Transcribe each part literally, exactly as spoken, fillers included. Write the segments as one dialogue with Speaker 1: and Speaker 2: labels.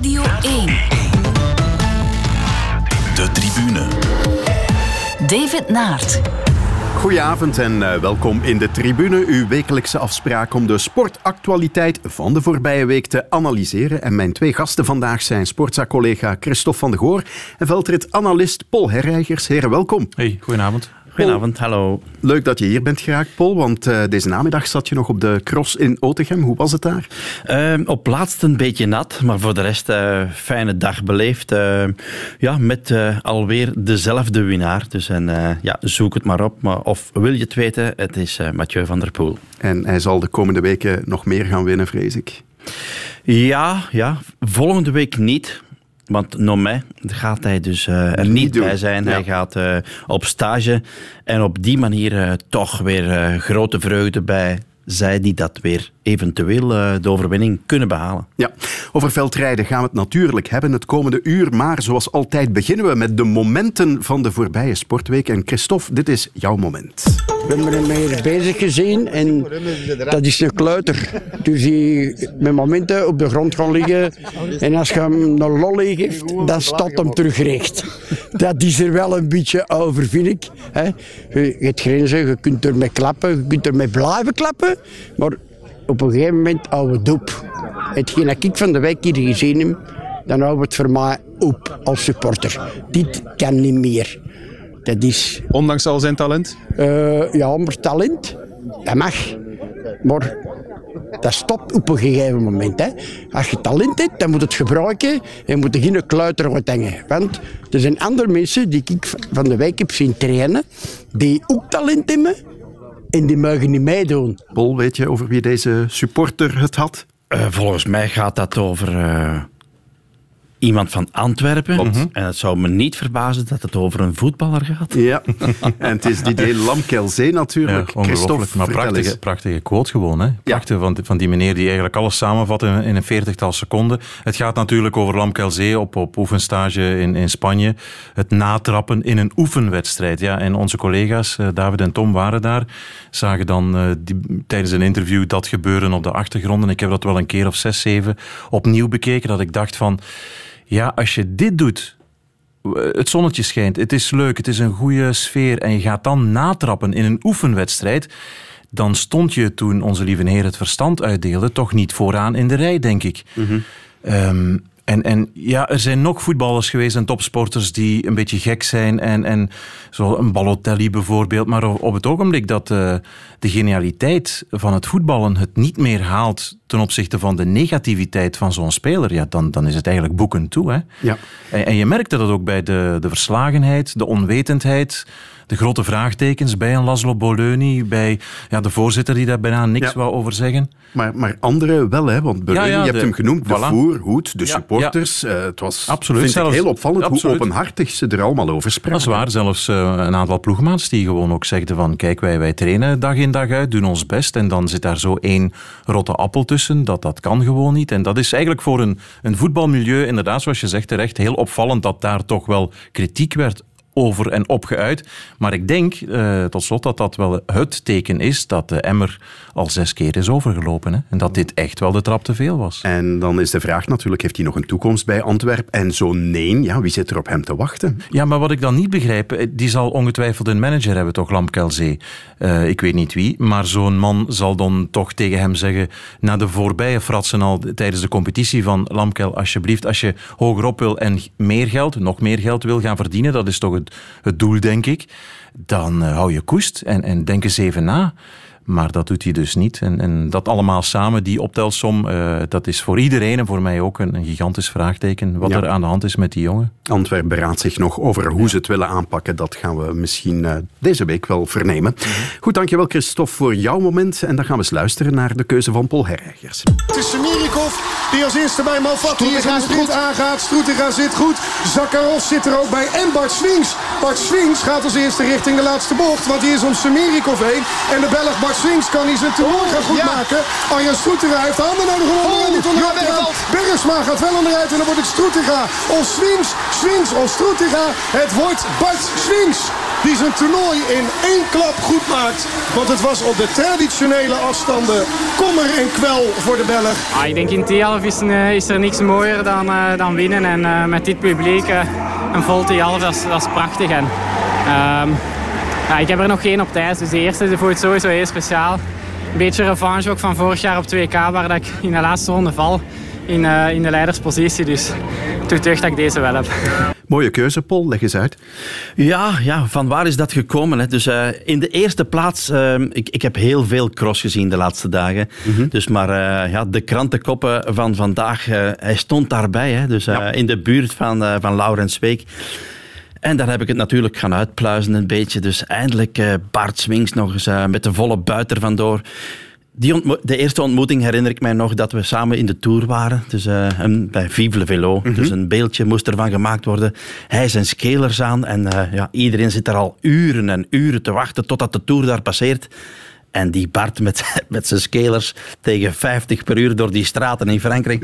Speaker 1: Radio één.
Speaker 2: De Tribune.
Speaker 1: David Naert.
Speaker 3: Goedenavond en uh, welkom in De Tribune, uw wekelijkse afspraak om de sportactualiteit van de voorbije week te analyseren. En mijn twee gasten vandaag zijn Sportza-collega Christophe van de Goor en veldrit-analyst Paul Herreigers. Heren, welkom.
Speaker 4: Hey, goedenavond.
Speaker 5: Goedenavond, hallo.
Speaker 3: Leuk dat je hier bent geraakt, Paul, want uh, deze namiddag zat je nog op de cross in Otegem. Hoe was het daar?
Speaker 5: Uh, op laatst een beetje nat, maar voor de rest uh, fijne dag beleefd. Uh, ja, met uh, alweer dezelfde winnaar. Dus en, uh, ja, zoek het maar op. Maar, of wil je het weten, het is uh, Mathieu van der Poel.
Speaker 3: En hij zal de komende weken nog meer gaan winnen, vrees ik.
Speaker 5: Ja, ja, volgende week niet. Want Nomé gaat hij dus uh, er niet bij zijn. Ja. Hij gaat uh, op stage. En op die manier uh, toch weer uh, grote vreugde bij zij die dat weer eventueel uh, de overwinning kunnen behalen.
Speaker 3: Ja, over veldrijden gaan we het natuurlijk hebben het komende uur. Maar zoals altijd beginnen we met de momenten van de voorbije sportweek. En Christophe, dit is jouw moment.
Speaker 6: Ik ben er mee bezig gezien en dat is een kluiter. Dus die met momenten op de grond gaan liggen en als je hem een lolly geeft, dan staat hem terug recht. Dat is er wel een beetje over, vind ik. Je hebt grenzen, je kunt ermee klappen, je kunt ermee blijven klappen, maar op een gegeven moment houden we het op. Hetgeen dat ik van de week hier gezien heb, dan houden we het voor mij op als supporter. Dit kan niet meer. Dat is...
Speaker 4: Ondanks al zijn talent?
Speaker 6: Uh, ja, maar talent, dat mag. Maar dat stopt op een gegeven moment. Hè. Als je talent hebt, dan moet het gebruiken en moet er geen kluiter uithangen. Want er zijn andere mensen die ik van de week heb zien trainen, die ook talent hebben en die mogen niet meedoen.
Speaker 3: Paul, weet je over wie deze supporter het had?
Speaker 5: Uh, volgens mij gaat dat over... Uh... Iemand van Antwerpen. Mm-hmm. En het zou me niet verbazen dat het over een voetballer gaat.
Speaker 3: Ja, en het is Didier Lamkelzee natuurlijk.
Speaker 4: Ja, ongelooflijk, maar prachtige, prachtige quote gewoon. Hè? Prachtige ja. van, van die meneer die eigenlijk alles samenvat in, in een veertigtal seconden. Het gaat natuurlijk over Lamkelzee op, op oefenstage in, in Spanje. Het natrappen in een oefenwedstrijd. Ja, en onze collega's, David en Tom, waren daar. Zagen dan uh, die, tijdens een interview dat gebeuren op de achtergrond. En ik heb dat wel een keer of zes, zeven opnieuw bekeken. Dat ik dacht van... Ja, als je dit doet, het zonnetje schijnt, het is leuk, het is een goede sfeer en je gaat dan natrappen in een oefenwedstrijd, dan stond je toen onze lieve Heer het verstand uitdeelde toch niet vooraan in de rij, denk ik. Mm-hmm. Um, En, en ja, er zijn nog voetballers geweest en topsporters die een beetje gek zijn. En, en zoals een Balotelli bijvoorbeeld. Maar op het ogenblik dat uh, de genialiteit van het voetballen het niet meer haalt ten opzichte van de negativiteit van zo'n speler, ja, dan, dan is het eigenlijk boeken toe. Hè?
Speaker 3: Ja.
Speaker 4: En, en je merkte dat ook bij de, de verslagenheid, de onwetendheid, de grote vraagtekens bij een Laszlo Bologna, bij ja, de voorzitter die daar bijna niks ja. wou over zeggen.
Speaker 3: Maar, maar anderen wel, hè? Want Bologna, ja, ja, je hebt de, hem genoemd, de voilà. voer, Hoed, de ja, supporters. Ja. Uh, het was
Speaker 4: absoluut,
Speaker 3: vind
Speaker 4: zelfs,
Speaker 3: ik heel opvallend
Speaker 4: absoluut.
Speaker 3: hoe openhartig ze er allemaal over spraken.
Speaker 4: Dat is waar, zelfs uh, een aantal ploegmaats die gewoon ook zegden van kijk, wij, wij trainen dag in dag uit, doen ons best en dan zit daar zo één rotte appel tussen, dat, dat kan gewoon niet. En dat is eigenlijk voor een, een voetbalmilieu, inderdaad, zoals je zegt terecht, heel opvallend dat daar toch wel kritiek werd over en opgeuit. Maar ik denk, uh, tot slot, dat dat wel het teken is dat de emmer al zes keer is overgelopen. Hè? En dat dit echt wel de trap te veel was.
Speaker 3: En dan is de vraag natuurlijk, heeft hij nog een toekomst bij Antwerpen? En zo nee, ja, wie zit er op hem te wachten?
Speaker 4: Ja, maar wat ik dan niet begrijp, die zal ongetwijfeld een manager hebben, toch, Lamkelzee? Uh, ik weet niet wie, maar zo'n man zal dan toch tegen hem zeggen, na de voorbije fratsen al tijdens de competitie van Lamkel, alsjeblieft, als je hogerop wil en meer geld, nog meer geld wil gaan verdienen, dat is toch het, het doel, denk ik, dan uh, hou je koest en, en denk eens even na. Maar dat doet hij dus niet. En, en dat allemaal samen, die optelsom, uh, dat is voor iedereen en voor mij ook een, een gigantisch vraagteken wat ja. er aan de hand is met die jongen.
Speaker 3: Antwerpen beraadt zich nog over hoe ze het willen aanpakken. Dat gaan we misschien uh, deze week wel vernemen. Mm-hmm. Goed, dankjewel Christophe voor jouw moment. En dan gaan we eens luisteren naar de keuze van Paul Herreigers.
Speaker 7: Het is Semirikov die als eerste bij Malfatti is en de sprint aangaat. Stroetega zit goed. Zakharos zit er ook bij. En Bart Swings. Bart Swings gaat als eerste richting de laatste bocht. Want die is om Semirikov heen. En de Belg Bart Swings kan hij zijn toernooi gaan goed ja. maken. Arjan Stroetega heeft de handen nodig om onderuit niet onderuit te gaan. Bergsma gaat wel onderuit en dan wordt het Stroetega of Swings. Swings of Stroetega. Het wordt Bart Swings. die zijn toernooi in één klap goed maakt. Want het was op de traditionele afstanden kommer en kwel voor de Belg.
Speaker 2: Ah, ik denk in T-half is, uh, is er niks mooier dan, uh, dan winnen. En uh, met dit publiek, uh, een vol T-half, dat is, dat is prachtig. En, uh, ja, ik heb er nog geen op thuis, dus de eerste voelt sowieso heel speciaal. Een beetje revanche ook van vorig jaar op twee K, waar dat ik in de laatste ronde val. In, uh, in de leiderspositie, dus het doet deugd dat ik deze wel heb.
Speaker 3: Mooie keuze, Paul. Leg eens uit.
Speaker 5: Ja, ja, van waar is dat gekomen? Hè? Dus uh, in de eerste plaats, uh, ik, ik heb heel veel cross gezien de laatste dagen. Mm-hmm. Dus maar uh, ja, de krantenkoppen van vandaag, uh, hij stond daarbij. Hè? Dus uh, ja. in de buurt van, uh, van Laurens Week. En daar heb ik het natuurlijk gaan uitpluizen een beetje. Dus eindelijk uh, Bart Swings nog eens uh, met de volle buit er vandoor. Die ontmo- de eerste ontmoeting herinner ik mij nog dat we samen in de Tour waren. Dus, uh, een, bij Vive le Vélo. Mm-hmm. Dus een beeldje moest ervan gemaakt worden. Hij zijn scalers aan. En uh, ja, iedereen zit er al uren en uren te wachten totdat de Tour daar passeert. En die Bart met, met zijn scalers tegen vijftig per uur door die straten in Frankrijk.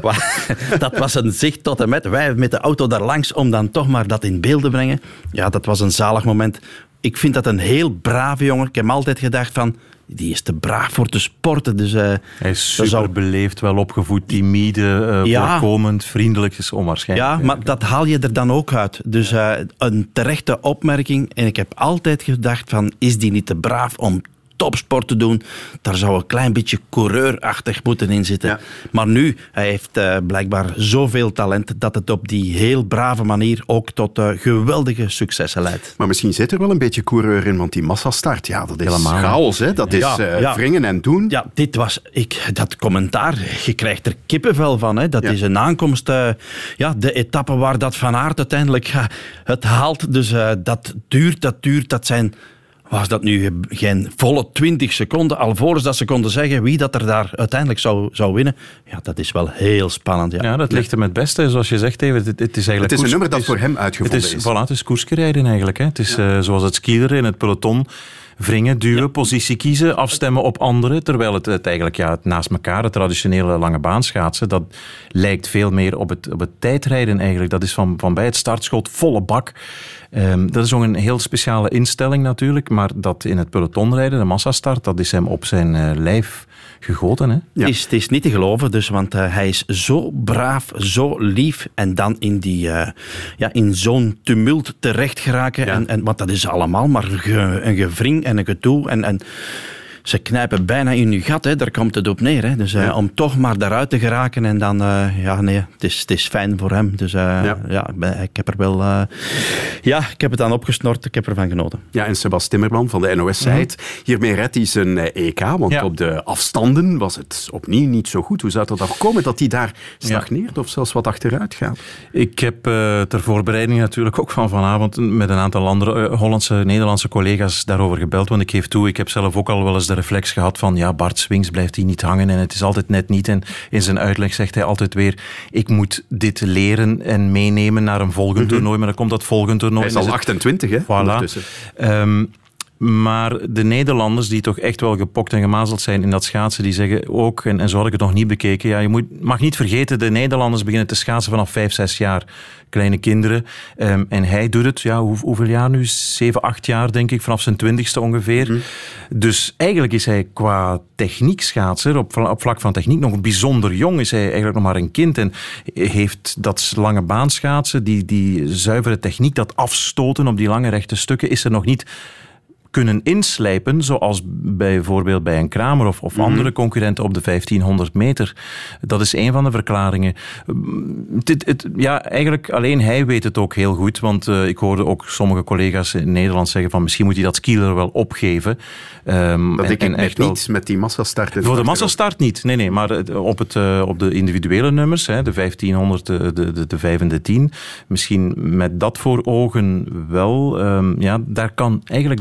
Speaker 5: Dat was een zicht tot en met. Wij met de auto daar langs om dan toch maar dat in beeld te brengen. Ja, dat was een zalig moment. Ik vind dat een heel brave jongen. Ik heb altijd gedacht van... Die is te braaf voor te sporten. Dus, uh,
Speaker 4: hij is super zou... beleefd, wel opgevoed, timide, uh, ja. voorkomend, vriendelijk, is onwaarschijnlijk.
Speaker 5: Ja, maar dat haal je er dan ook uit. Dus uh, een terechte opmerking. En ik heb altijd gedacht van, is die niet te braaf om topsport te doen? Daar zou een klein beetje coureurachtig moeten in zitten. Ja. Maar nu, hij heeft uh, blijkbaar zoveel talent dat het op die heel brave manier ook tot uh, geweldige successen leidt.
Speaker 3: Maar misschien zit er wel een beetje coureur in, want die massastart, ja, dat is
Speaker 5: helemaal
Speaker 3: chaos, hè? Dat is
Speaker 5: ja,
Speaker 3: uh,
Speaker 5: ja.
Speaker 3: wringen en doen.
Speaker 5: Ja, dit was, ik, dat commentaar, je krijgt er kippenvel van. Hè? Dat ja. is een aankomst, uh, ja, de etappe waar dat Van Aert uiteindelijk uh, het haalt. Dus uh, dat duurt, dat duurt, dat zijn... Was dat nu geen volle twintig seconden, alvorens dat ze konden zeggen wie dat er daar uiteindelijk zou, zou winnen? Ja, dat is wel heel spannend. Ja,
Speaker 4: ja dat ligt hem het beste, zoals je zegt, David. Het, het is eigenlijk
Speaker 3: het is
Speaker 4: koers,
Speaker 3: een nummer dat
Speaker 4: is,
Speaker 3: voor hem uitgevonden
Speaker 4: het is.
Speaker 3: is.
Speaker 4: Voilà, het is koersgerijden eigenlijk. Hè. Het is ja. uh, zoals het skileren in het peloton. Wringen, duwen, ja. positie kiezen, afstemmen op anderen. Terwijl het, het eigenlijk ja, het naast elkaar, het traditionele lange baan schaatsen, dat lijkt veel meer op het, op het tijdrijden eigenlijk. Dat is van, van bij het startschot volle bak. Um, dat is ook een heel speciale instelling natuurlijk, maar dat in het pelotonrijden, de massastart, dat is hem op zijn uh, lijf gegoten. Hè?
Speaker 5: Ja. Het, is, het is niet te geloven, dus, want uh, hij is zo braaf, zo lief en dan in, die, uh, ja, in zo'n tumult terecht geraken. Ja. En, en, want dat is allemaal maar ge, een gevring en een gedoe en... en ze knijpen bijna in je gat, hè. Daar komt het op neer. Hè. Dus uh, ja. om toch maar daaruit te geraken en dan, uh, ja, nee, het is, het is fijn voor hem. Dus uh, ja. ja, ik heb er wel, uh, ja, ik heb het aan opgesnort, ik heb ervan genoten.
Speaker 3: Ja, en Sebas Timmerman van de N O S zei het. Mm-hmm. Hiermee redt hij zijn E K, want ja. op de afstanden was het opnieuw niet zo goed. Hoe zou dat dan komen dat hij daar stagneert ja. of zelfs wat achteruit gaat?
Speaker 4: Ik heb uh, ter voorbereiding natuurlijk ook van vanavond met een aantal andere uh, Hollandse, Nederlandse collega's daarover gebeld, want ik geef toe, ik heb zelf ook al wel eens de reflex gehad van ja, Bart Swings blijft hij niet hangen en het is altijd net niet. En in zijn uitleg zegt hij altijd weer, ik moet dit leren en meenemen naar een volgend mm-hmm. toernooi, maar dan komt dat volgend toernooi.
Speaker 3: Hij is al achtentwintig, hè?
Speaker 4: Voilà. Um, maar de Nederlanders, die toch echt wel gepokt en gemazeld zijn in dat schaatsen, die zeggen ook, en, en zo had ik het nog niet bekeken, ja, je moet, mag niet vergeten, de Nederlanders beginnen te schaatsen vanaf vijf, zes jaar. Kleine kinderen. Um, en hij doet het, ja, hoe, hoeveel jaar nu? Zeven, acht jaar, denk ik, vanaf zijn twintigste ongeveer. Mm. Dus eigenlijk is hij qua techniek schaatser, op, op vlak van techniek, nog bijzonder jong. Is hij eigenlijk nog maar een kind en heeft dat lange baan schaatsen, die, die zuivere techniek, dat afstoten op die lange rechte stukken, is er nog niet kunnen inslijpen, zoals bijvoorbeeld bij een Kramer of, of mm-hmm. andere concurrenten op de vijftienhonderd meter. Dat is een van de verklaringen. Het, het, ja, eigenlijk alleen hij weet het ook heel goed, want uh, ik hoorde ook sommige collega's in Nederland zeggen van misschien moet hij dat skieler wel opgeven.
Speaker 3: Um, dat en, ik en echt wel... niet met die massastart.
Speaker 4: Voor de massastart niet, nee, nee, maar op, het, uh, op de individuele nummers, hè, de vijftienhonderd, de, de, de vijf en de tien, misschien met dat voor ogen wel. Um, ja, daar kan eigenlijk denk ik alleen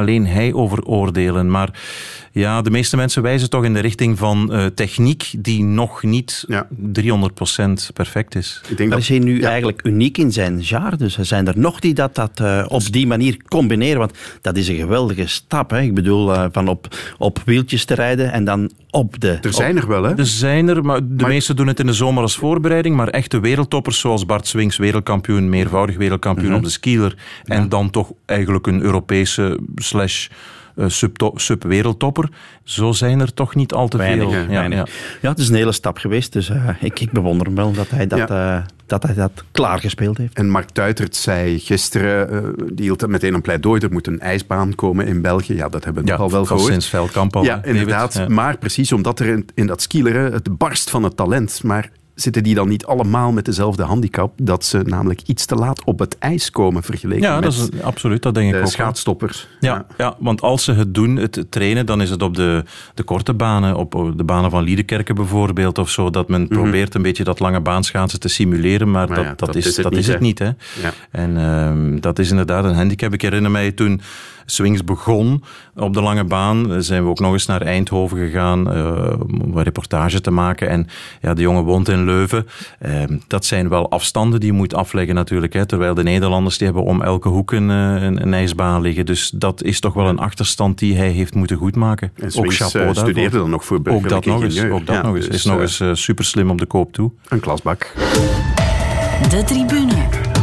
Speaker 4: alleen hij over oordelen. Maar ja, de meeste mensen wijzen toch in de richting van uh, techniek die nog niet ja. driehonderd procent perfect is.
Speaker 5: Ik denk dat is hij nu ja. eigenlijk uniek in zijn jaar. Dus er zijn er nog die dat, dat uh, op die manier combineren. Want dat is een geweldige stap. Hè. Ik bedoel, uh, van op, op wieltjes te rijden en dan op de...
Speaker 3: Er zijn
Speaker 5: op,
Speaker 3: er wel, hè?
Speaker 4: Er zijn er, maar de maar... meesten doen het in de zomer als voorbereiding. Maar echte wereldtoppers zoals Bart Swings, wereldkampioen, meervoudig wereldkampioen mm-hmm. op de skieler. Ja. En dan toch eigenlijk een Europese slash... Uh, sub-wereldtopper. Zo zijn er toch niet al te
Speaker 5: weinig,
Speaker 4: veel.
Speaker 5: Ja, ja. ja, het is een hele stap geweest. Dus uh, ik, ik bewonder hem wel dat hij dat, ja. uh, dat, hij dat klaargespeeld heeft.
Speaker 3: En Mark Tuitert zei gisteren, uh, die hield meteen een pleidooi, er moet een ijsbaan komen in België. Ja, dat hebben we ja, al wel gehoord.
Speaker 4: Sinds Veldkamp al.
Speaker 3: Ja, inderdaad. Ja. Maar precies omdat er in, in dat skileren het barst van het talent. Maar zitten die dan niet allemaal met dezelfde handicap, dat ze namelijk iets te laat op het ijs komen vergeleken
Speaker 4: ja,
Speaker 3: met
Speaker 4: dat is, absoluut, dat denk ik
Speaker 3: de
Speaker 4: ook
Speaker 3: schaatsstoppers.
Speaker 4: Ja, ja. ja, want als ze het doen, het trainen, dan is het op de, de korte banen, op de banen van Liedekerke bijvoorbeeld, of zo, dat men mm-hmm. probeert een beetje dat lange baanschaatsen te simuleren, maar, maar dat, ja, dat, dat is, is het dat niet. Is het niet hè. Ja. En uh, dat is inderdaad een handicap. Ik herinner mij toen Swings begon op de lange baan, zijn we ook nog eens naar Eindhoven gegaan uh, om een reportage te maken. En ja, de jongen woont in Leuven. Uh, dat zijn wel afstanden die je moet afleggen natuurlijk. Hè, terwijl de Nederlanders die hebben om elke hoek een, een, een ijsbaan liggen. Dus dat is toch wel een achterstand die hij heeft moeten goedmaken.
Speaker 3: En Swings uh, studeerde dan nog voor burgerlijke
Speaker 4: ingenieur.
Speaker 3: ingenieur.
Speaker 4: Ook dat ja, nog eens.
Speaker 3: Dus,
Speaker 4: is nog eens uh, super slim op de koop toe.
Speaker 3: Een klasbak.
Speaker 1: De tribune.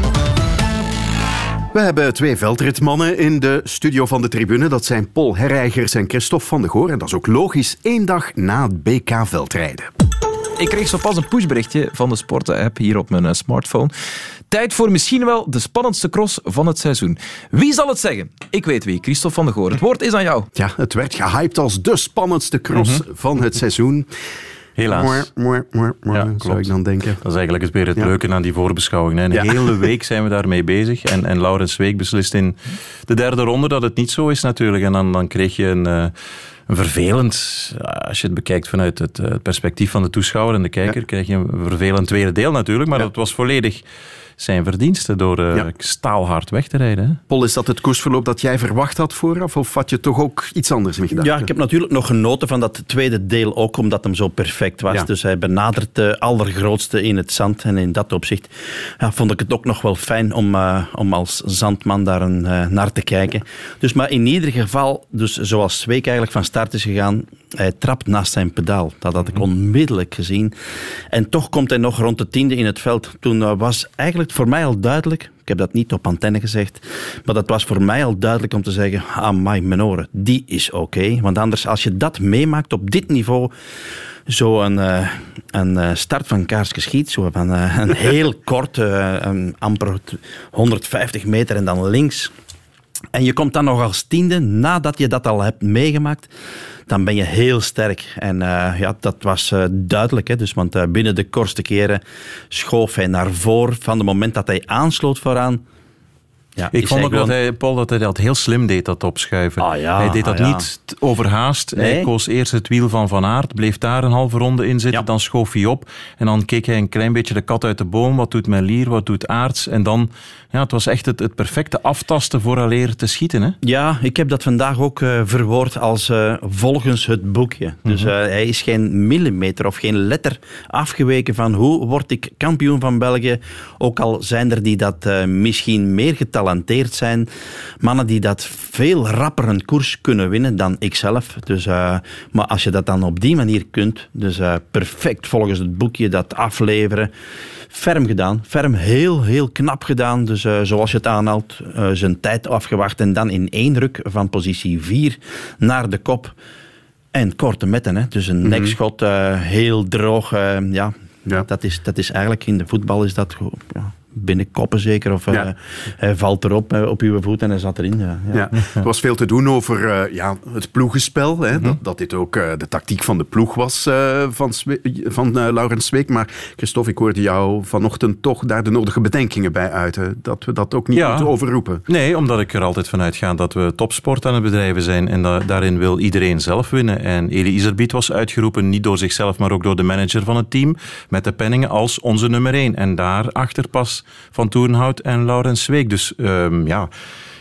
Speaker 3: We hebben twee veldritmannen in de studio van de tribune. Dat zijn Paul Herreigers en Christophe van de Goor. En dat is ook logisch, één dag na het B K veldrijden.
Speaker 8: Ik kreeg zo pas een pushberichtje van de Sporten-app hier op mijn smartphone. Tijd voor misschien wel de spannendste cross van het seizoen. Wie zal het zeggen? Ik weet wie, Christophe van de Goor. Het woord is aan jou.
Speaker 3: Ja, het werd gehyped als de spannendste cross mm-hmm. van het seizoen.
Speaker 4: Helaas.
Speaker 3: Moer, moer, moer, moer,
Speaker 4: ja,
Speaker 3: zou klopt. ik dan denken.
Speaker 4: Dat is eigenlijk het weer het ja. leuke aan die voorbeschouwing. Hè. Een ja. hele week zijn we daarmee bezig. En, en Laurens Week beslist in de derde ronde dat het niet zo is natuurlijk. En dan, dan kreeg je een, uh, een vervelend, als je het bekijkt vanuit het, het perspectief van de toeschouwer en de kijker, ja. krijg je een vervelend tweede deel natuurlijk. Maar ja. dat was volledig zijn verdiensten door uh, ja. staalhard weg te rijden. Hè?
Speaker 3: Paul, is dat het koersverloop dat jij verwacht had vooraf? Of had je toch ook iets anders in gedachten?
Speaker 5: Ja, ik heb natuurlijk nog genoten van dat tweede deel ook, omdat hem zo perfect was. Ja. Dus hij benadert de allergrootste in het zand. En in dat opzicht ja, vond ik het ook nog wel fijn om, uh, om als zandman daar een, uh, naar te kijken. Dus, maar in ieder geval, dus zoals Zweek eigenlijk van start is gegaan, hij trapt naast zijn pedaal. Dat had ik onmiddellijk gezien. En toch komt hij nog rond de tiende in het veld. Toen uh, was eigenlijk voor mij al duidelijk, ik heb dat niet op antenne gezegd, maar dat was voor mij al duidelijk om te zeggen, amai, mijn oren, die is oké. Okay. Want anders, als je dat meemaakt op dit niveau, zo een, uh, een uh, start van Kaarske Schiet, zo van uh, een heel kort, uh, um, amper honderdvijftig meter en dan links. En je komt dan nog als tiende, nadat je dat al hebt meegemaakt, dan ben je heel sterk. En uh, ja, dat was uh, duidelijk. Hè? Dus, want uh, binnen de kortste keren schoof hij naar voren. Van het moment dat hij aansloot vooraan. Ja,
Speaker 4: ik vond ook gewoon... dat hij, Paul, dat hij dat heel slim deed, dat opschuiven.
Speaker 5: Ah, ja,
Speaker 4: hij deed dat
Speaker 5: ah, ja.
Speaker 4: niet overhaast.
Speaker 5: Nee.
Speaker 4: Hij koos eerst het wiel van Van Aert, bleef daar een halve ronde in zitten, ja. dan schoof hij op. En dan keek hij een klein beetje de kat uit de boom. Wat doet Merlier, wat doet Aerts? En dan, ja, het was echt het, het perfecte aftasten vooraleer te schieten. Hè?
Speaker 5: Ja, ik heb dat vandaag ook uh, verwoord als uh, volgens het boekje. Mm-hmm. Dus uh, hij is geen millimeter of geen letter afgeweken van hoe word ik kampioen van België. Ook al zijn er die dat uh, misschien meer getalenteerd zijn. Mannen die dat veel rapper een koers kunnen winnen dan ikzelf. Dus, uh, maar als je dat dan op die manier kunt, dus uh, perfect volgens het boekje dat afleveren. Ferm gedaan. Ferm heel, heel knap gedaan. Dus uh, zoals je het aanhaalt, uh, zijn tijd afgewacht en dan in één ruk van positie vier naar de kop. En korte metten. Hè. Dus een mm-hmm. nekschot, uh, heel droog. Uh, ja, ja. Dat, is, dat is eigenlijk in de voetbal is dat gewoon... Ja. Binnen koppen zeker, of ja. uh, hij valt erop uh, op uw voet en hij zat erin. Ja. Ja.
Speaker 3: Ja. Er was veel te doen over uh, ja, het ploegenspel. Hè, mm-hmm. dat, dat dit ook uh, de tactiek van de ploeg was uh, van, Zwe- van uh, Laurens Zweek. Maar Christophe, ik hoorde jou vanochtend toch daar de nodige bedenkingen bij uiten. Dat we dat ook niet ja. moeten overroepen.
Speaker 4: Nee, omdat ik er altijd vanuit ga dat we topsport aan het bedrijven zijn. En da- daarin wil iedereen zelf winnen. En Eli Iserbiet was uitgeroepen, niet door zichzelf, maar ook door de manager van het team. Met de penningen als onze nummer één. En daarachter pas Van Toerenhout en Laurens Zweek. Dus um, ja,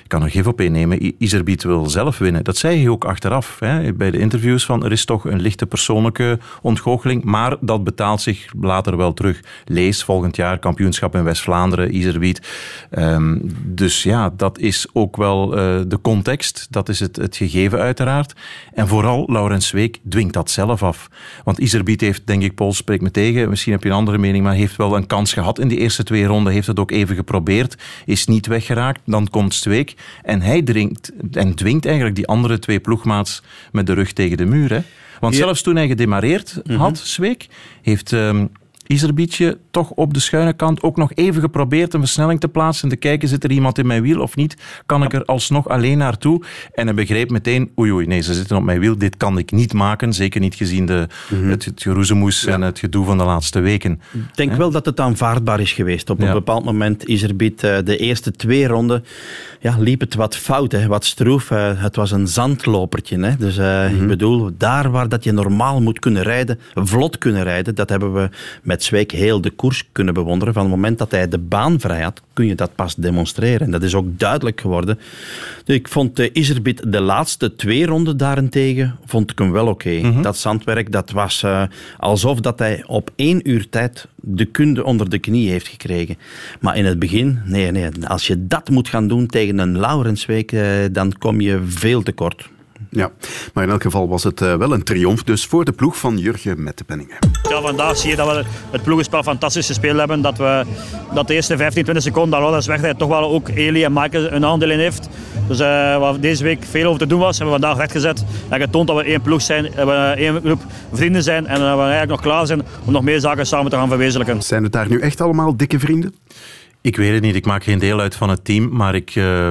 Speaker 4: Ik kan er gif op innemen. Iserbyt wil zelf winnen. Dat zei hij ook achteraf hè, bij de interviews van er is toch een lichte persoonlijke ontgoocheling, maar dat betaalt zich later wel terug. Lees volgend jaar kampioenschap in West-Vlaanderen, Iserbyt. Um, dus ja, dat is ook wel uh, de context. Dat is het, het gegeven uiteraard. En vooral Laurens Sweeck dwingt dat zelf af. Want Iserbyt heeft, denk ik, Paul, spreek me tegen, misschien heb je een andere mening, maar heeft wel een kans gehad in die eerste twee ronden, heeft het ook even geprobeerd, is niet weggeraakt. Dan komt Sweeck en hij dringt en dwingt eigenlijk die andere twee ploegmaats met de rug tegen de muur. Hè? Want ja. zelfs toen hij gedemareerd had, mm-hmm. Sweeck, heeft um, Iserbytje toch op de schuine kant ook nog even geprobeerd een versnelling te plaatsen en te kijken, zit er iemand in mijn wiel of niet? Kan ik er alsnog alleen naartoe? En hij begreep meteen, oei oei, nee, ze zitten op mijn wiel, dit kan ik niet maken, zeker niet gezien de, mm-hmm. het, het geroezemoes ja. en het gedoe van de laatste weken.
Speaker 5: Ik denk ja? wel dat het aanvaardbaar is geweest. Op een ja. bepaald moment, Iserbyt, de eerste twee ronden, ja, liep het wat fout, hè, wat stroef. Het was een zandlopertje. Hè. Dus uh, mm-hmm. ik bedoel, daar waar dat je normaal moet kunnen rijden, vlot kunnen rijden, dat hebben we met Sweeck heel de koers kunnen bewonderen. Van het moment dat hij de baan vrij had, kun je dat pas demonstreren. En dat is ook duidelijk geworden. Dus ik vond uh, Iserbyt de laatste twee ronden daarentegen, vond ik hem wel oké. Okay. Mm-hmm. Dat zandwerk, dat was uh, alsof dat hij op één uur tijd de kunde onder de knie heeft gekregen. Maar in het begin, nee, nee. Als je dat moet gaan doen tegen een Laurens Sweeck, uh, dan kom je veel te kort.
Speaker 3: Ja, maar in elk geval was het uh, wel een triomf dus voor de ploeg van Jurgen Mettepenningen.
Speaker 9: Ja, vandaag zie je dat we het ploegenspel fantastisch gespeeld hebben. Dat, we, dat de eerste vijftien, twintig seconden, dat Laurens weg toch wel ook Eli en Michael een aandeel in heeft. Dus uh, waar deze week veel over te doen was, hebben we vandaag rechtgezet. En getoond dat we één ploeg zijn, dat we één groep vrienden zijn en dat we eigenlijk nog klaar zijn om nog meer zaken samen te gaan verwezenlijken.
Speaker 3: Zijn het daar nu echt allemaal dikke vrienden?
Speaker 4: Ik weet het niet, ik maak geen deel uit van het team, maar ik, uh,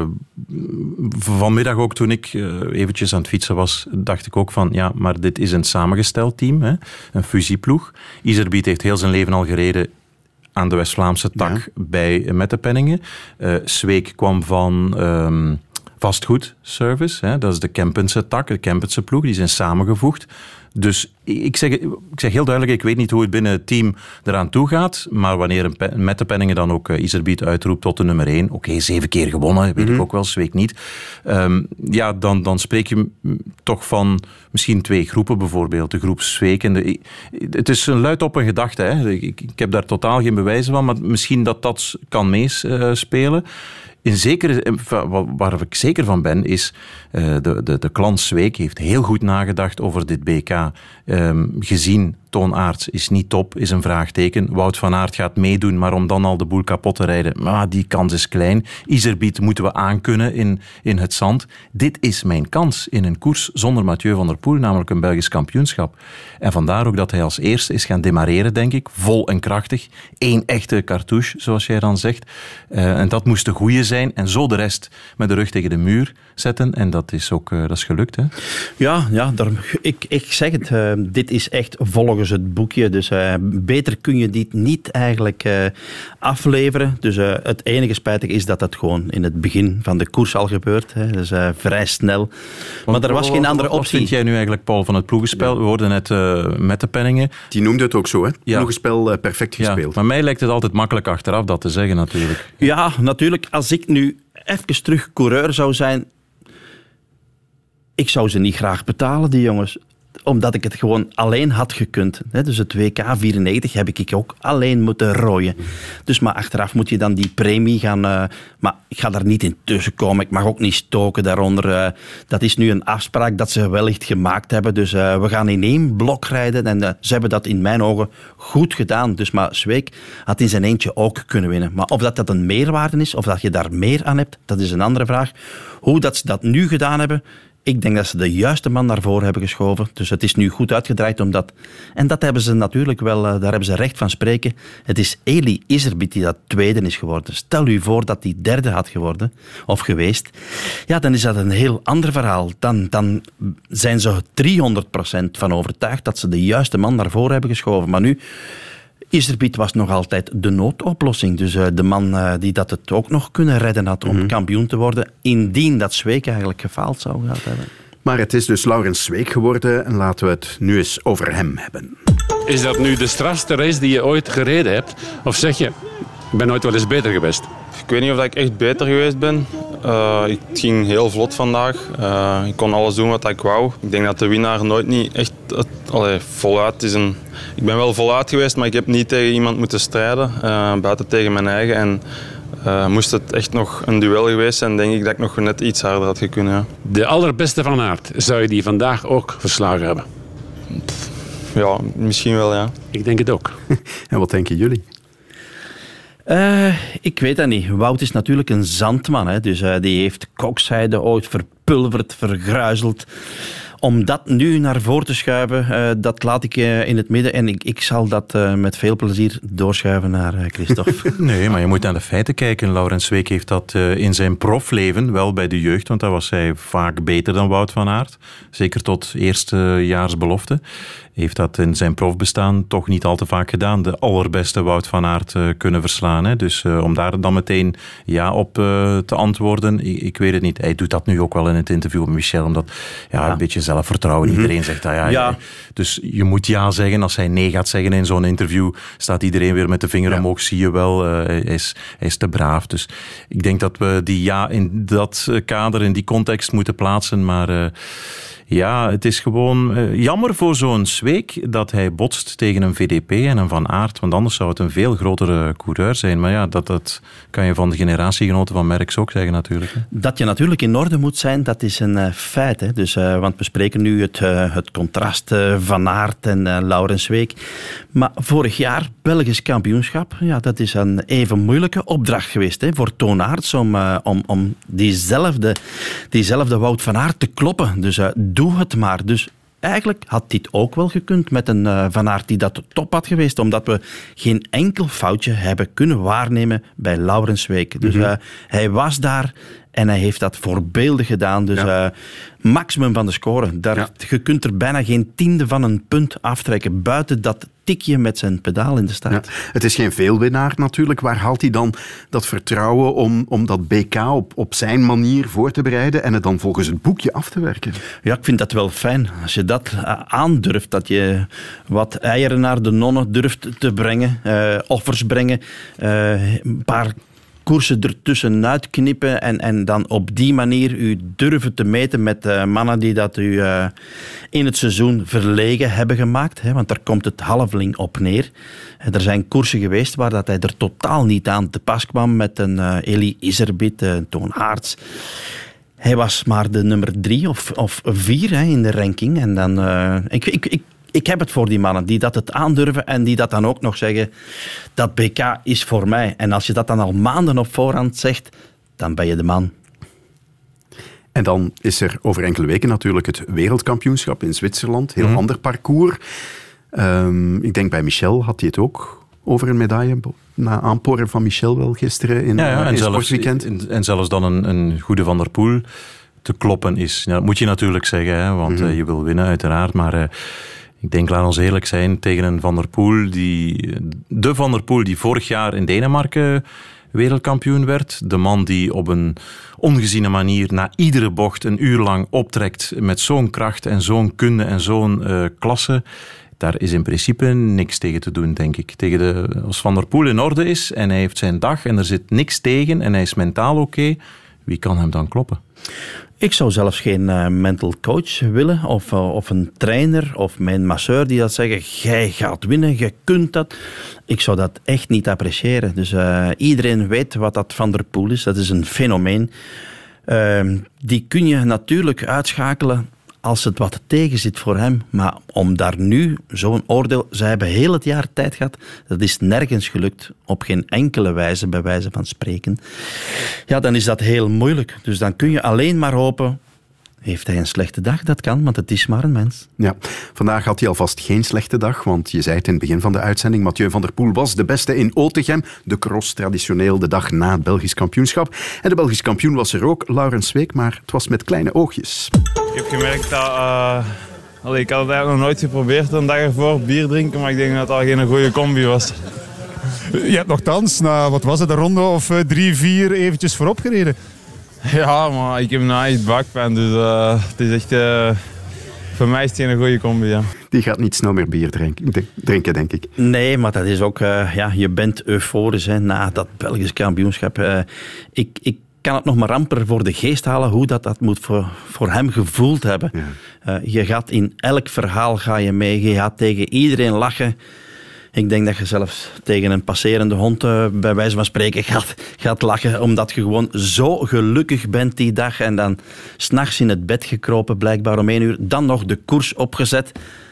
Speaker 4: vanmiddag ook toen ik uh, eventjes aan het fietsen was, dacht ik ook van, ja, maar dit is een samengesteld team, hè? Een fusieploeg. Iserbyt heeft heel zijn leven al gereden aan de West-Vlaamse tak ja. bij Mettepenningen. Uh, Sweeck kwam van um, vastgoedservice, hè? Dat is de Kempense tak, de Kempense ploeg, die zijn samengevoegd. Dus ik zeg, ik zeg heel duidelijk, ik weet niet hoe het binnen het team eraan toe gaat, maar wanneer een pe- Mettepenningen dan ook uh, Iserbyt uitroept tot de nummer één, oké, okay, zeven keer gewonnen, weet mm-hmm. ik ook wel, Sweeck niet. Um, ja, dan, dan spreek je toch van misschien twee groepen bijvoorbeeld, de groep Sweeck en de... Het is een luid op een gedachte, hè. Ik, ik heb daar totaal geen bewijzen van, maar misschien dat dat kan meespelen. Uh, In zekere, waar ik zeker van ben, is uh, de, de, de klant Sweeck heeft heel goed nagedacht over dit B K. Um, gezien, Toon Aerts is niet top, is een vraagteken. Wout van Aert gaat meedoen, maar om dan al de boel kapot te rijden, maar die kans is klein. Iserbyt moeten we aankunnen in, in het zand. Dit is mijn kans in een koers zonder Mathieu van der Poel, namelijk een Belgisch kampioenschap. En vandaar ook dat hij als eerste is gaan demareren, denk ik. Vol en krachtig. Eén echte cartouche, zoals jij dan zegt. Uh, en dat moest de goeie zijn. En zo de rest met de rug tegen de muur zetten. En dat is ook uh, dat is gelukt. Hè?
Speaker 5: Ja, ja daar, ik, ik zeg het. Uh, dit is echt volgens het boekje. Dus uh, beter kun je dit niet eigenlijk uh, afleveren. Dus uh, het enige spijtige is dat dat gewoon in het begin van de koers al gebeurt. Hè. Dus uh, vrij snel. Maar er was geen andere optie.
Speaker 4: Wat vind jij nu eigenlijk, Paul, van het ploegenspel? Ja. We hoorden net uh, Mettepenningen.
Speaker 3: Die noemde het ook zo, hè? Ja. Ploegenspel uh, perfect gespeeld.
Speaker 4: Ja, maar mij lijkt het altijd makkelijk achteraf dat te zeggen, natuurlijk.
Speaker 5: Ja, natuurlijk. Als ik nu even terug coureur zou zijn, ik zou ze niet graag betalen, die jongens. Omdat ik het gewoon alleen had gekund. Dus het W K vierennegentig heb ik ook alleen moeten rooien. Dus maar achteraf moet je dan die premie gaan... Uh, maar ik ga daar niet in tussenkomen. Ik mag ook niet stoken daaronder. Uh, dat is nu een afspraak dat ze wellicht gemaakt hebben. Dus uh, we gaan in één blok rijden. En uh, ze hebben dat in mijn ogen goed gedaan. Dus maar Sweeck had in zijn eentje ook kunnen winnen. Maar of dat, dat een meerwaarde is, of dat je daar meer aan hebt, dat is een andere vraag. Hoe dat ze dat nu gedaan hebben... Ik denk dat ze de juiste man naar voren hebben geschoven. Dus het is nu goed uitgedraaid. Omdat, en dat hebben ze natuurlijk wel, daar hebben ze recht van spreken. Het is Eli Iserbyt die dat tweede is geworden. Stel u voor dat die derde had geworden, of geweest. Ja, dan is dat een heel ander verhaal. Dan, dan zijn ze driehonderd procent van overtuigd dat ze de juiste man naar voren hebben geschoven. Maar nu... Iserbyt was nog altijd de noodoplossing. Dus uh, de man uh, die dat het ook nog kunnen redden had om mm-hmm. kampioen te worden, indien dat Sweeck eigenlijk gefaald zou gehad hebben.
Speaker 3: Maar het is dus Laurens Sweeck geworden en laten we het nu eens over hem hebben.
Speaker 10: Is dat nu de strafste race die je ooit gereden hebt? Of zeg je, ik ben nooit wel eens beter geweest? ik weet niet of ik echt beter geweest ben. Uh, het ging heel vlot vandaag. Uh, ik kon alles doen wat ik wou. Ik denk dat de winnaar nooit niet echt het, allee, voluit is. Een, ik ben wel voluit geweest, maar ik heb niet tegen iemand moeten strijden. Uh, buiten tegen mijn eigen. En uh, moest het echt nog een duel geweest zijn, denk ik dat ik nog net iets harder had gekund. Ja.
Speaker 11: De allerbeste Van Aert, zou je die vandaag ook verslagen hebben?
Speaker 10: Ja, misschien wel, ja.
Speaker 11: Ik denk het ook.
Speaker 3: En wat denken jullie?
Speaker 5: Uh, ik weet dat niet. Wout is natuurlijk een zandman. Hè? Dus uh, die heeft kokzijde ooit verpulverd, vergruizeld. Om dat nu naar voren te schuiven, uh, dat laat ik uh, in het midden. En ik, ik zal dat uh, met veel plezier doorschuiven naar uh, Christophe.
Speaker 4: Nee, maar je moet naar de feiten kijken. Laurens Sweeck heeft dat uh, in zijn profleven, wel bij de jeugd, want daar was hij vaak beter dan Wout van Aert. Zeker tot eerstejaarsbelofte. Heeft dat in zijn profbestaan toch niet al te vaak gedaan. De allerbeste Wout van Aert uh, kunnen verslaan. Hè. Dus uh, om daar dan meteen ja op uh, te antwoorden, ik, ik weet het niet. Hij doet dat nu ook wel in het interview met Michel, omdat ja, ja. een beetje zelfvertrouwen. Mm-hmm. Iedereen zegt dat ja, ja. ja. Dus je moet ja zeggen. Als hij nee gaat zeggen in zo'n interview, staat iedereen weer met de vinger ja. omhoog. Zie je wel, uh, hij, is, hij is te braaf. Dus ik denk dat we die ja in dat kader, in die context moeten plaatsen. Maar uh, ja, het is gewoon uh, jammer voor zo'n Sweeck dat hij botst tegen een V D P en een Van Aert, want anders zou het een veel grotere coureur zijn. Maar ja, dat, dat kan je van de generatiegenoten van Merckx ook zeggen natuurlijk. Hè.
Speaker 5: Dat je natuurlijk in orde moet zijn, dat is een uh, feit. Hè. Dus, uh, want we spreken nu het, uh, het contrast uh, Van Aert en uh, Laurens Sweeck. Maar vorig jaar, Belgisch kampioenschap, ja, dat is een even moeilijke opdracht geweest hè, voor Toon Aerts om, uh, om, om diezelfde, diezelfde Wout van Aert te kloppen. Dus uh, doe het maar. Dus eigenlijk had dit ook wel gekund met een uh, Van Aert die dat top had geweest, omdat we geen enkel foutje hebben kunnen waarnemen bij Laurens Sweeck. Dus uh, hij was daar en hij heeft dat voorbeeldig gedaan. Dus ja. uh, maximum van de score. Daar, ja. Je kunt er bijna geen tiende van een punt aftrekken, buiten dat tikje met zijn pedaal in de start.
Speaker 3: Ja. Het is geen veelwinnaar natuurlijk. Waar haalt hij dan dat vertrouwen om, om dat B K op, op zijn manier voor te bereiden en het dan volgens het boekje af te werken?
Speaker 5: Ja, ik vind dat wel fijn. Als je dat uh, aandurft, dat je wat eieren naar de nonnen durft te brengen, uh, offers brengen, uh, een paar koersen ertussenuit knippen en, en dan op die manier u durven te meten met uh, mannen die dat u uh, in het seizoen verlegen hebben gemaakt. Hè, want daar komt het halveling op neer. En er zijn koersen geweest waar dat hij er totaal niet aan te pas kwam met een uh, Eli Iserbyt, uh, Toon Aerts. Hij was maar de nummer drie of, of vier hè, in de ranking. En dan, uh, ik, ik, ik Ik heb het voor die mannen die dat het aandurven en die dat dan ook nog zeggen, dat B K is voor mij. En als je dat dan al maanden op voorhand zegt, dan ben je de man.
Speaker 3: En dan is er over enkele weken natuurlijk het wereldkampioenschap in Zwitserland. Heel mm-hmm. ander parcours. Um, ik denk bij Michel had hij het ook over een medaille. Na aanporen van Michel wel gisteren in, ja, ja, uh, in en Sportweekend.
Speaker 4: Zelfs, en zelfs dan een, een goede Van der Poel te kloppen is. Ja, dat moet je natuurlijk zeggen, hè, want mm-hmm. uh, je wil winnen uiteraard, maar... Uh, Ik denk, laat ons eerlijk zijn, tegen een Van der Poel, die, de Van der Poel die vorig jaar in Denemarken wereldkampioen werd. De man die op een ongeziene manier na iedere bocht een uur lang optrekt met zo'n kracht en zo'n kunde en zo'n uh, klasse. Daar is in principe niks tegen te doen, denk ik. Tegen de, als Van der Poel in orde is en hij heeft zijn dag en er zit niks tegen en hij is mentaal oké, okay, wie kan hem dan kloppen?
Speaker 5: Ik zou zelfs geen uh, mental coach willen of, uh, of een trainer of mijn masseur die dat zeggen, jij gaat winnen, jij kunt dat. Ik zou dat echt niet appreciëren. Dus uh, iedereen weet wat dat Van der Poel is. Dat is een fenomeen. Uh, die kun je natuurlijk uitschakelen als het wat tegen zit voor hem. Maar om daar nu zo'n oordeel... Ze hebben heel het jaar tijd gehad. Dat is nergens gelukt. Op geen enkele wijze, bij wijze van spreken. Ja, dan is dat heel moeilijk. Dus dan kun je alleen maar hopen... Heeft hij een slechte dag? Dat kan, want het is maar een mens.
Speaker 3: Ja, vandaag had hij alvast geen slechte dag, want je zei het in het begin van de uitzending, Mathieu van der Poel was de beste in Otegem, de cross traditioneel de dag na het Belgisch kampioenschap. En de Belgisch kampioen was er ook, Laurens Sweeck, maar het was met kleine oogjes.
Speaker 10: Ik heb gemerkt dat... Uh, allee, ik had het eigenlijk nog nooit geprobeerd een dag ervoor, bier drinken, maar ik denk dat dat geen goede combi was.
Speaker 12: Je hebt nogthans, na wat was het, een ronde of uh, drie, vier eventjes voorop gereden.
Speaker 10: Ja, maar ik heb nou echt bakpijn, dus uh, het is echt... Uh, Voor mij is het een goede combi, ja.
Speaker 3: Die gaat niet snel meer bier drinken, drinken denk ik.
Speaker 5: Nee, maar dat is ook... Uh, ja, je bent euforisch hè, na dat Belgisch kampioenschap. Uh, ik, ik kan het nog maar amper voor de geest halen hoe dat, dat moet voor, voor hem gevoeld hebben. Ja. Uh, je gaat in elk verhaal ga je mee. Je gaat tegen iedereen lachen. Ik denk dat je zelfs tegen een passerende hond uh, bij wijze van spreken gaat, gaat lachen, omdat je gewoon zo gelukkig bent die dag en dan 's nachts in het bed gekropen, blijkbaar om één uur, dan nog de koers opgezet.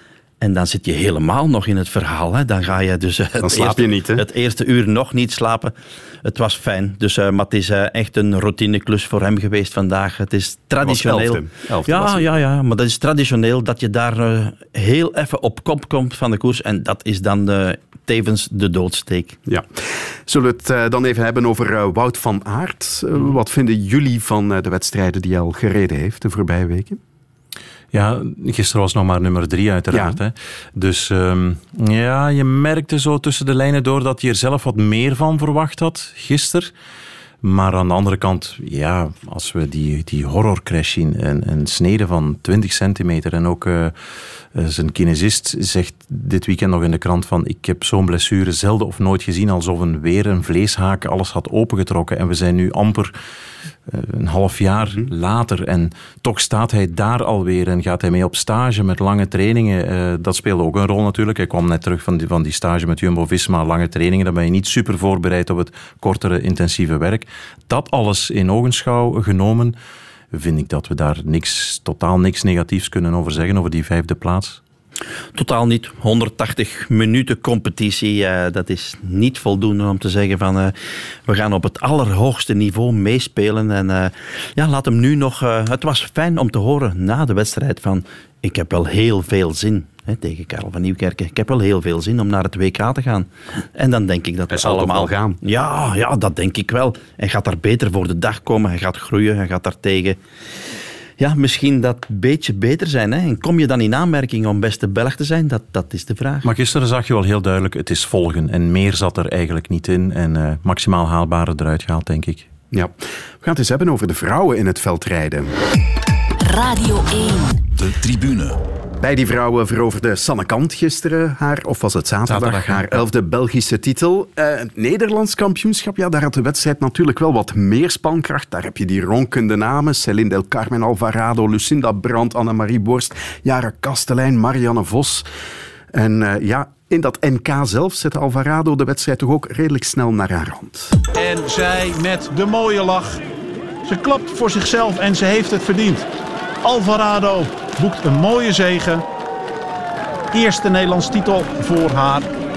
Speaker 5: En dan zit je helemaal nog in het verhaal. Hè. Dan ga je dus uh,
Speaker 3: dan
Speaker 5: het,
Speaker 3: slaap
Speaker 5: eerste,
Speaker 3: je niet, hè?
Speaker 5: het eerste uur nog niet slapen. Het was fijn. Dus, uh, maar het is uh, echt een routineklus voor hem geweest vandaag. Het is traditioneel.
Speaker 3: Elfde. Elfde
Speaker 5: ja, ja, ja, maar dat is traditioneel dat je daar uh, heel even op kop komt van de koers. En dat is dan uh, tevens de doodsteek.
Speaker 3: Ja. Zullen we het uh, dan even hebben over uh, Wout van Aert? Uh, wat vinden jullie van uh, de wedstrijden die hij al gereden heeft de voorbije weken?
Speaker 4: Ja, gisteren was nog maar nummer drie uiteraard. Ja. Hè. Dus um, ja, je merkte zo tussen de lijnen door dat hij er zelf wat meer van verwacht had gisteren. Maar aan de andere kant, ja, als we die, die horrorcrash zien, een, een snede van twintig centimeter en ook uh, zijn kinesist zegt dit weekend nog in de krant van ik heb zo'n blessure zelden of nooit gezien, alsof een weer een vleeshaak alles had opengetrokken en we zijn nu amper uh, een half jaar mm-hmm. later en toch staat hij daar alweer en gaat hij mee op stage met lange trainingen. Uh, dat speelde ook een rol natuurlijk. Hij kwam net terug van die, van die stage met Jumbo-Visma, lange trainingen, dan ben je niet super voorbereid op het kortere, intensieve werk. Dat alles in ogenschouw genomen, vind ik dat we daar niks, totaal niks negatiefs kunnen over zeggen, over die vijfde plaats.
Speaker 5: Totaal niet. honderdtachtig minuten competitie, uh, dat is niet voldoende om te zeggen van uh, we gaan op het allerhoogste niveau meespelen. En uh, ja, laat hem nu nog... Uh, het was fijn om te horen na de wedstrijd van ik heb wel heel veel zin. He, tegen Karel van Nieuwkerken. Ik heb wel heel veel zin om naar het W K te gaan. En dan denk ik dat we allemaal
Speaker 3: gaan.
Speaker 5: Ja, ja, dat denk ik wel. Hij gaat daar beter voor de dag komen. Hij gaat groeien. Hij gaat daar tegen... Ja, misschien dat beetje beter zijn. Hè? En kom je dan in aanmerking om beste Belg te zijn? Dat, dat is de vraag.
Speaker 4: Maar gisteren zag je wel heel duidelijk, het is volgen. En meer zat er eigenlijk niet in. En uh, maximaal haalbare eruit gehaald, denk ik.
Speaker 3: Ja. We gaan het eens hebben over de vrouwen in het veldrijden.
Speaker 1: Radio één.
Speaker 13: De tribune.
Speaker 3: Bij die vrouwen veroverde Sanne Kant gisteren haar, of was het zaterdag, zaterdag haar elfde Belgische titel. Uh, het Nederlands kampioenschap, ja, daar had de wedstrijd natuurlijk wel wat meer spankracht. Daar heb je die ronkende namen. Céline Del Carmen Alvarado, Lucinda Brandt, Annemarie Borst, Jara Kastelein, Marianne Vos. En uh, ja, in dat N K zelf zette Alvarado de wedstrijd toch ook redelijk snel naar haar hand.
Speaker 14: En zij met de mooie lach. Ze klapt voor zichzelf en ze heeft het verdiend. Alvarado boekt een mooie zege. Eerste Nederlands titel voor haar.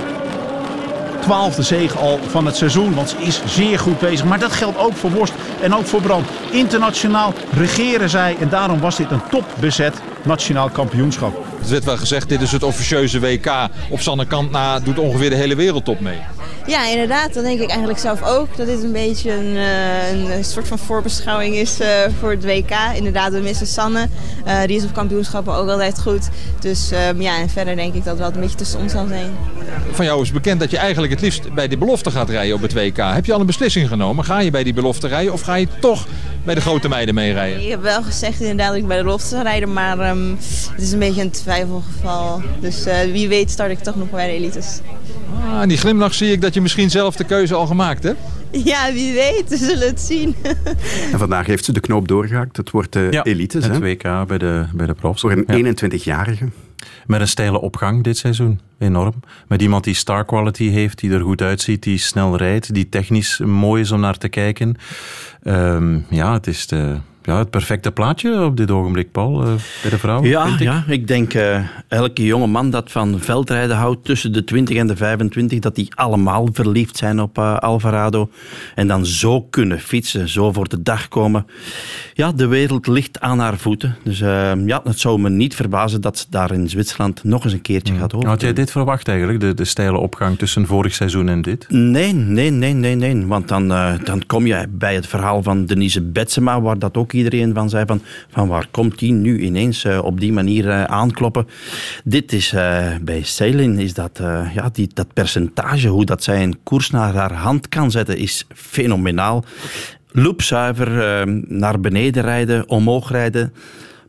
Speaker 14: Twaalfde zege al van het seizoen, want ze is zeer goed bezig. Maar dat geldt ook voor Borst en ook voor Brandt. Internationaal regeren zij en daarom was dit een topbezet nationaal kampioenschap.
Speaker 15: Er werd wel gezegd, dit is het officieuze W K. Op Sanne Kant na doet ongeveer de hele wereldtop mee.
Speaker 16: Ja, inderdaad. Dan denk ik eigenlijk zelf ook dat dit een beetje een, een soort van voorbeschouwing is uh, voor het W K. Inderdaad, we missen Sanne. Uh, die is op kampioenschappen ook altijd goed. Dus um, ja, en verder denk ik dat wel een beetje tussen ons zal zijn.
Speaker 15: Van jou is bekend dat je eigenlijk het liefst bij de belofte gaat rijden op het W K. Heb je al een beslissing genomen? Ga je bij die belofte rijden of ga je toch bij de grote meiden meerijden?
Speaker 16: Ik heb wel gezegd inderdaad dat ik bij de belofte zou rijden, maar um, het is een beetje een twijfelgeval. Dus uh, wie weet start ik toch nog bij de elites.
Speaker 15: Ah, en die glimlach zie ik dat je misschien zelf de keuze al gemaakt hebt.
Speaker 16: Ja, wie weet. We zullen het zien.
Speaker 3: En vandaag heeft ze de knoop doorgehakt. Het wordt de
Speaker 4: ja,
Speaker 3: elites.
Speaker 4: Het
Speaker 3: hè?
Speaker 4: W K bij de, bij de profs.
Speaker 3: Voor een
Speaker 4: ja.
Speaker 3: eenentwintigjarige.
Speaker 4: Met een steile opgang dit seizoen. Enorm. Met iemand die star quality heeft, die er goed uitziet, die snel rijdt, die technisch mooi is om naar te kijken. Um, ja, het is de... Ja, het perfecte plaatje op dit ogenblik, Paul, uh, bij de vrouwen.
Speaker 5: Ja,
Speaker 4: ik.
Speaker 5: ja, ik denk uh, elke jonge man dat van veldrijden houdt tussen de twintig en de vijfentwintig, dat die allemaal verliefd zijn op uh, Alvarado. En dan zo kunnen fietsen, zo voor de dag komen. Ja, de wereld ligt aan haar voeten. Dus uh, ja, het zou me niet verbazen dat ze daar in Zwitserland nog eens een keertje mm. gaat over.
Speaker 4: Had jij dit verwacht eigenlijk, de, de steile opgang tussen vorig seizoen en dit?
Speaker 5: Nee, nee, nee, nee, nee. Want dan, uh, dan kom je bij het verhaal van Denise Betsema, waar dat ook iedereen van zei van, van waar komt die nu ineens uh, op die manier uh, aankloppen. Dit is uh, bij Céline is dat, uh, ja, die, dat percentage, hoe dat zij een koers naar haar hand kan zetten, is fenomenaal. Loopzuiver, uh, naar beneden rijden, omhoog rijden.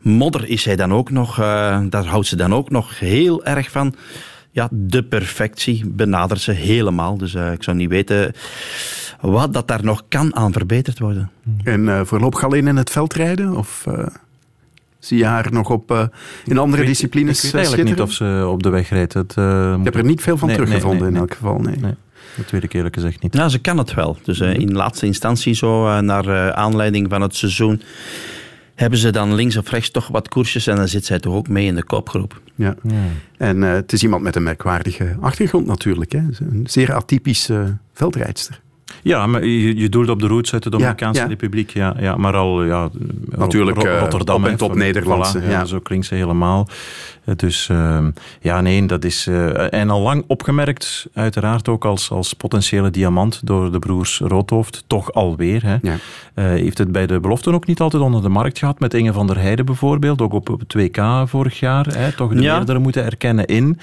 Speaker 5: modder is zij dan ook nog, uh, daar houdt ze dan ook nog heel erg van. Ja, de perfectie benadert ze helemaal. Dus uh, ik zou niet weten wat dat daar nog kan aan verbeterd worden.
Speaker 3: En uh, voorlopig alleen in het veldrijden? Of uh, zie je haar nog op, uh, in andere
Speaker 4: ik weet,
Speaker 3: disciplines
Speaker 4: Ik weet eigenlijk niet of ze op de weg rijdt. Het, uh,
Speaker 3: ik heb er niet veel van nee, teruggevonden nee, nee, in elk geval. Nee.
Speaker 4: nee. Dat weet ik eerlijk gezegd niet.
Speaker 5: Nou, ze kan het wel. Dus uh, in laatste instantie, zo uh, naar uh, aanleiding van het seizoen, hebben ze dan links of rechts toch wat koersjes en dan zit zij toch ook mee in de kopgroep.
Speaker 3: Ja. ja. En uh, het is iemand met een merkwaardige achtergrond natuurlijk. Hè. Een zeer atypische uh, veldrijdster.
Speaker 4: Ja, maar je, je doelt op de roots uit de Dominicaanse
Speaker 3: ja, ja.
Speaker 4: Republiek. Ja, ja, maar al ja,
Speaker 3: natuurlijk
Speaker 4: Ro- Rotterdam
Speaker 3: op en top Nederlandse.
Speaker 4: Voilà, ja,
Speaker 3: ja.
Speaker 4: Zo klinkt ze helemaal. Dus uh, ja, nee, dat is... Uh, en al lang opgemerkt, uiteraard ook als, als potentiële diamant door de broers Roodhoofd. Toch alweer. Hè. Ja. Uh, heeft het bij de beloften ook niet altijd onder de markt gehad. Met Inge van der Heijden bijvoorbeeld. Ook op het W K vorig jaar. Hè, toch de ja. meerdere moeten erkennen in.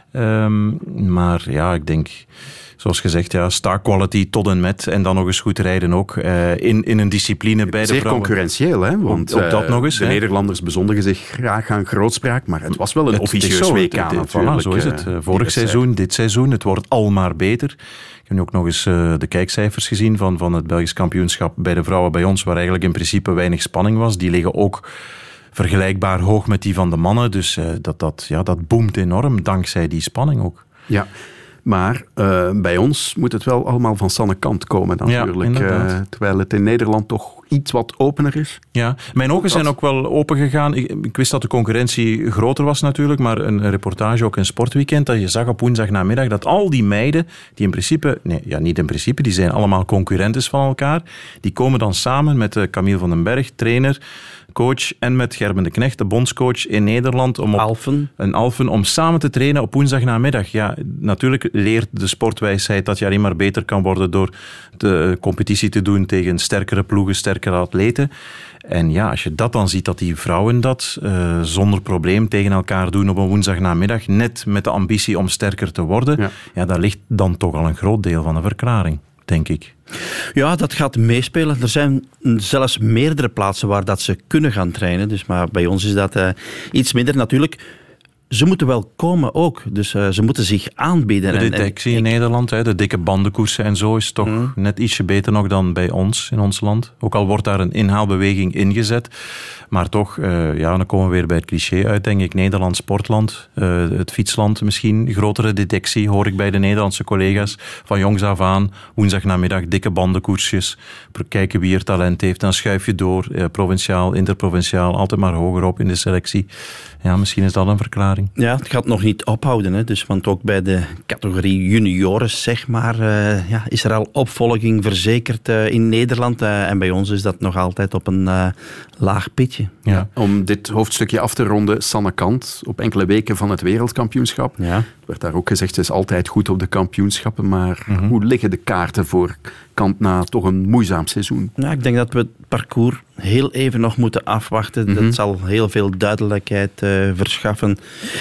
Speaker 4: Um, maar ja, ik denk... Zoals gezegd, ja, star quality tot en met. En dan nog eens goed rijden ook. Uh, in, in een discipline bij de
Speaker 3: Zeer
Speaker 4: vrouwen.
Speaker 3: Zeer concurrentieel, hè? Want
Speaker 4: ook dat nog eens.
Speaker 3: De
Speaker 4: hè?
Speaker 3: Nederlanders bezondigen zich graag aan grootspraak. Maar het was wel een
Speaker 4: het
Speaker 3: officieus
Speaker 4: zo,
Speaker 3: W K
Speaker 4: het, het,
Speaker 3: natuurlijk.
Speaker 4: Voilà, zo is het. Uh, vorig seizoen, dit seizoen. Het wordt al maar beter. Ik heb nu ook nog eens uh, de kijkcijfers gezien van, van het Belgisch kampioenschap bij de vrouwen bij ons. Waar eigenlijk in principe weinig spanning was. Die liggen ook vergelijkbaar hoog met die van de mannen. Dus uh, dat, dat, ja, dat boomt enorm dankzij die spanning ook.
Speaker 3: Ja. Maar uh, bij ons moet het wel allemaal van Sanne Kant komen natuurlijk. Ja, uh, terwijl het in Nederland toch iets wat opener is.
Speaker 4: Ja, mijn ogen zijn ook wel open gegaan. Ik, ik wist dat de concurrentie groter was natuurlijk, maar een reportage ook in Sportweekend, dat je zag op woensdagnamiddag dat al die meiden, die in principe, nee, ja, niet in principe, die zijn allemaal concurrentes van elkaar, die komen dan samen met uh, Camille van den Berg, trainer, coach, en met Gerben de Knecht, de bondscoach in Nederland, om op
Speaker 5: Alphen.
Speaker 4: een Alphen, om samen te trainen op woensdagnamiddag. Ja, natuurlijk leert de sportwijsheid dat je alleen maar beter kan worden door de competitie te doen tegen sterkere ploegen, sterkere atleten. En ja, als je dat dan ziet, dat die vrouwen dat uh, zonder probleem tegen elkaar doen op een woensdagnamiddag, net met de ambitie om sterker te worden, ja, ja daar ligt dan toch al een groot deel van de verklaring, denk ik.
Speaker 5: Ja, dat gaat meespelen. Er zijn zelfs meerdere plaatsen waar dat ze kunnen gaan trainen. Dus, maar bij ons is dat uh, iets minder. Natuurlijk, ze moeten wel komen ook. Dus uh, ze moeten zich aanbieden.
Speaker 4: De detectie en, en, in Nederland, hè, de dikke bandenkoersen en zo, is toch mm. net ietsje beter nog dan bij ons, in ons land. Ook al wordt daar een inhaalbeweging ingezet. Maar toch, uh, ja, dan komen we weer bij het cliché uit, denk ik. Nederland sportland, uh, het fietsland misschien. Grotere detectie, hoor ik bij de Nederlandse collega's. Van jongs af aan, woensdagnamiddag, dikke bandenkoersjes. Kijken wie er talent heeft, dan schuif je door. Uh, provinciaal, interprovinciaal, altijd maar hoger op in de selectie. Ja, misschien is dat een verklaring.
Speaker 5: Ja, het gaat nog niet ophouden. Hè. Dus, want ook bij de categorie junioren, zeg maar, uh, ja, is er al opvolging verzekerd uh, in Nederland. Uh, en bij ons is dat nog altijd op een uh, laag pitje.
Speaker 3: Ja. Om dit hoofdstukje af te ronden, Sanne Kant, op enkele weken van het wereldkampioenschap.
Speaker 5: Ja.
Speaker 3: Er werd daar ook gezegd, ze is altijd goed op de kampioenschappen. Maar mm-hmm. hoe liggen de kaarten voor Kant na toch een moeizaam seizoen?
Speaker 5: Nou, ik denk dat we het parcours heel even nog moeten afwachten. Mm-hmm. Dat zal heel veel duidelijkheid uh, verschaffen.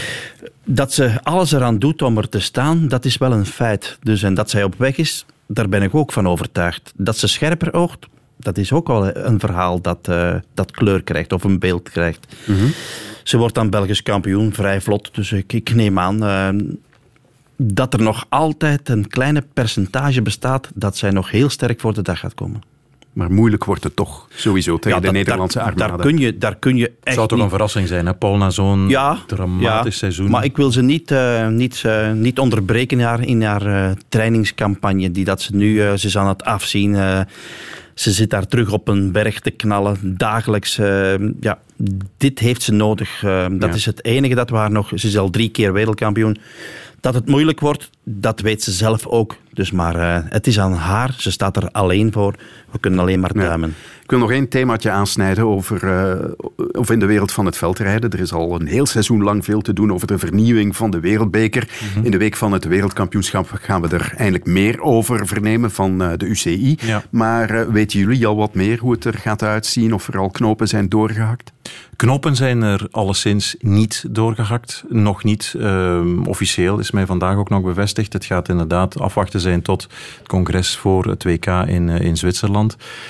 Speaker 5: Dat ze alles eraan doet om er te staan, dat is wel een feit. Dus, en dat zij op weg is, daar ben ik ook van overtuigd. Dat ze scherper oogt, dat is ook wel een verhaal dat, uh, dat kleur krijgt of een beeld krijgt. Mm-hmm. Ze wordt dan Belgisch kampioen, vrij vlot. Dus ik, ik neem aan uh, dat er nog altijd een kleine percentage bestaat dat zij nog heel sterk voor de dag gaat komen.
Speaker 3: Maar moeilijk wordt het toch sowieso tegen ja, de dat, Nederlandse
Speaker 5: daar,
Speaker 3: armade.
Speaker 5: Daar kun je, daar kun je echt
Speaker 4: zou toch
Speaker 5: niet...
Speaker 4: een verrassing zijn, hè, Paul, na zo'n
Speaker 5: ja,
Speaker 4: dramatisch
Speaker 5: ja,
Speaker 4: seizoen.
Speaker 5: Maar ik wil ze niet, uh, niet, uh, niet onderbreken in haar, in haar uh, trainingscampagne. Die dat ze nu, uh, ze is aan het afzien. Uh, ze zit daar terug op een berg te knallen, dagelijks. Uh, ja, dit heeft ze nodig. Uh, dat ja. is het enige dat we haar nog... Ze is al drie keer wereldkampioen. Dat het moeilijk wordt, dat weet ze zelf ook. Dus maar uh, het is aan haar. Ze staat er alleen voor. We kunnen alleen maar duimen.
Speaker 3: Ja. Ik wil nog één themaatje aansnijden over, uh, of in de wereld van het veldrijden. Er is al een heel seizoen lang veel te doen over de vernieuwing van de wereldbeker. Mm-hmm. In de week van het wereldkampioenschap gaan we er eindelijk meer over vernemen van uh, de U C I. Ja. Maar uh, weten jullie al wat meer hoe het er gaat uitzien? Of er al knopen zijn doorgehakt?
Speaker 4: Knopen zijn er alleszins niet doorgehakt. Nog niet. Uh, officieel is mij vandaag ook nog bevestigd. Het gaat inderdaad afwachten zijn tot het congres voor het W K in, uh, in Zwitserland.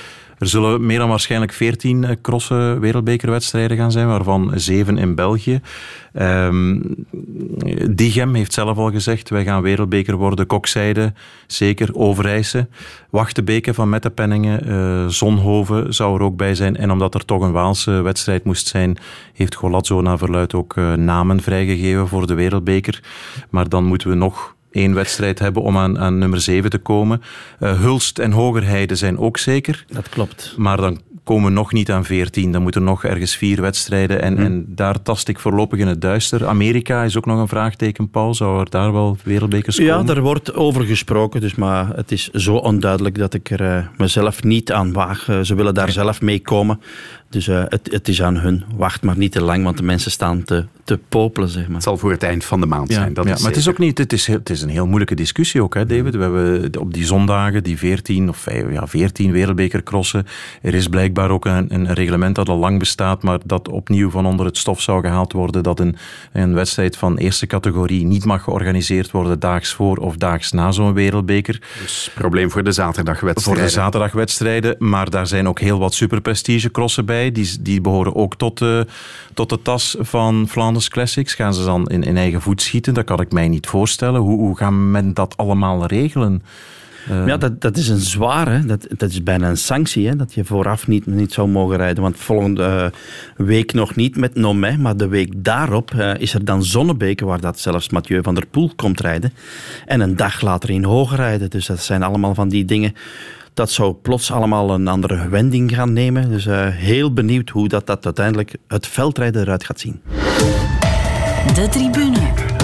Speaker 4: Er zullen meer dan waarschijnlijk veertien crossen wereldbekerwedstrijden gaan zijn, waarvan zeven in België. Um, Diegem heeft zelf al gezegd, wij gaan wereldbeker worden. Kokzijde, zeker. Overijse. Wachtebeke van Mettepenningen. Uh, Zonhoven zou er ook bij zijn. En omdat er toch een Waalse wedstrijd moest zijn, heeft Golazzo naar verluidt ook uh, namen vrijgegeven voor de wereldbeker. Maar dan moeten we nog één wedstrijd hebben om aan, aan nummer zeven te komen. Uh, Hulst en Hogerheide zijn ook zeker.
Speaker 5: Dat klopt.
Speaker 4: Maar dan komen we nog niet aan veertien. Dan moeten er nog ergens vier wedstrijden. En, hmm. en daar tast ik voorlopig in het duister. Amerika is ook nog een vraagteken, Paul. Zou er daar wel wereldbekers komen?
Speaker 5: Ja, daar wordt over gesproken. Dus, maar het is zo onduidelijk dat ik er uh, mezelf niet aan waag. Uh, ze willen daar okay. zelf mee komen. Dus uh, het, het is aan hun. Wacht maar niet te lang, want de mensen staan te, te popelen. Zeg maar.
Speaker 3: Het zal voor het eind van de maand
Speaker 4: ja,
Speaker 3: zijn. Dat
Speaker 4: ja,
Speaker 3: is
Speaker 4: maar het is ook niet. Het is, het is een heel moeilijke discussie ook, hè, David. We hebben op die zondagen die veertien of ja, veertien wereldbekercrossen. Er is blijkbaar ook een, een reglement dat al lang bestaat, maar dat opnieuw van onder het stof zou gehaald worden. Dat een, een wedstrijd van eerste categorie niet mag georganiseerd worden daags voor of daags na zo'n wereldbeker.
Speaker 3: Dus probleem voor de zaterdagwedstrijden.
Speaker 4: Voor de zaterdagwedstrijden, maar daar zijn ook heel wat superprestigecrossen bij. Die, die behoren ook tot de, tot de tas van Flanders Classics. Gaan ze dan in, in eigen voet schieten? Dat kan ik mij niet voorstellen. Hoe, hoe gaan men dat allemaal regelen?
Speaker 5: Uh... Ja, dat, dat is een zware. Dat, dat is bijna een sanctie, hè, dat je vooraf niet, niet zou mogen rijden. Want volgende uh, week nog niet met Nomé, maar de week daarop uh, is er dan Zonnebeke, waar dat zelfs Mathieu van der Poel komt rijden. En een dag later in Hogerheide. Dus dat zijn allemaal van die dingen. Dat zou plots allemaal een andere wending gaan nemen. Dus uh, heel benieuwd hoe dat, dat uiteindelijk het veldrijden eruit gaat zien.
Speaker 1: De tribune.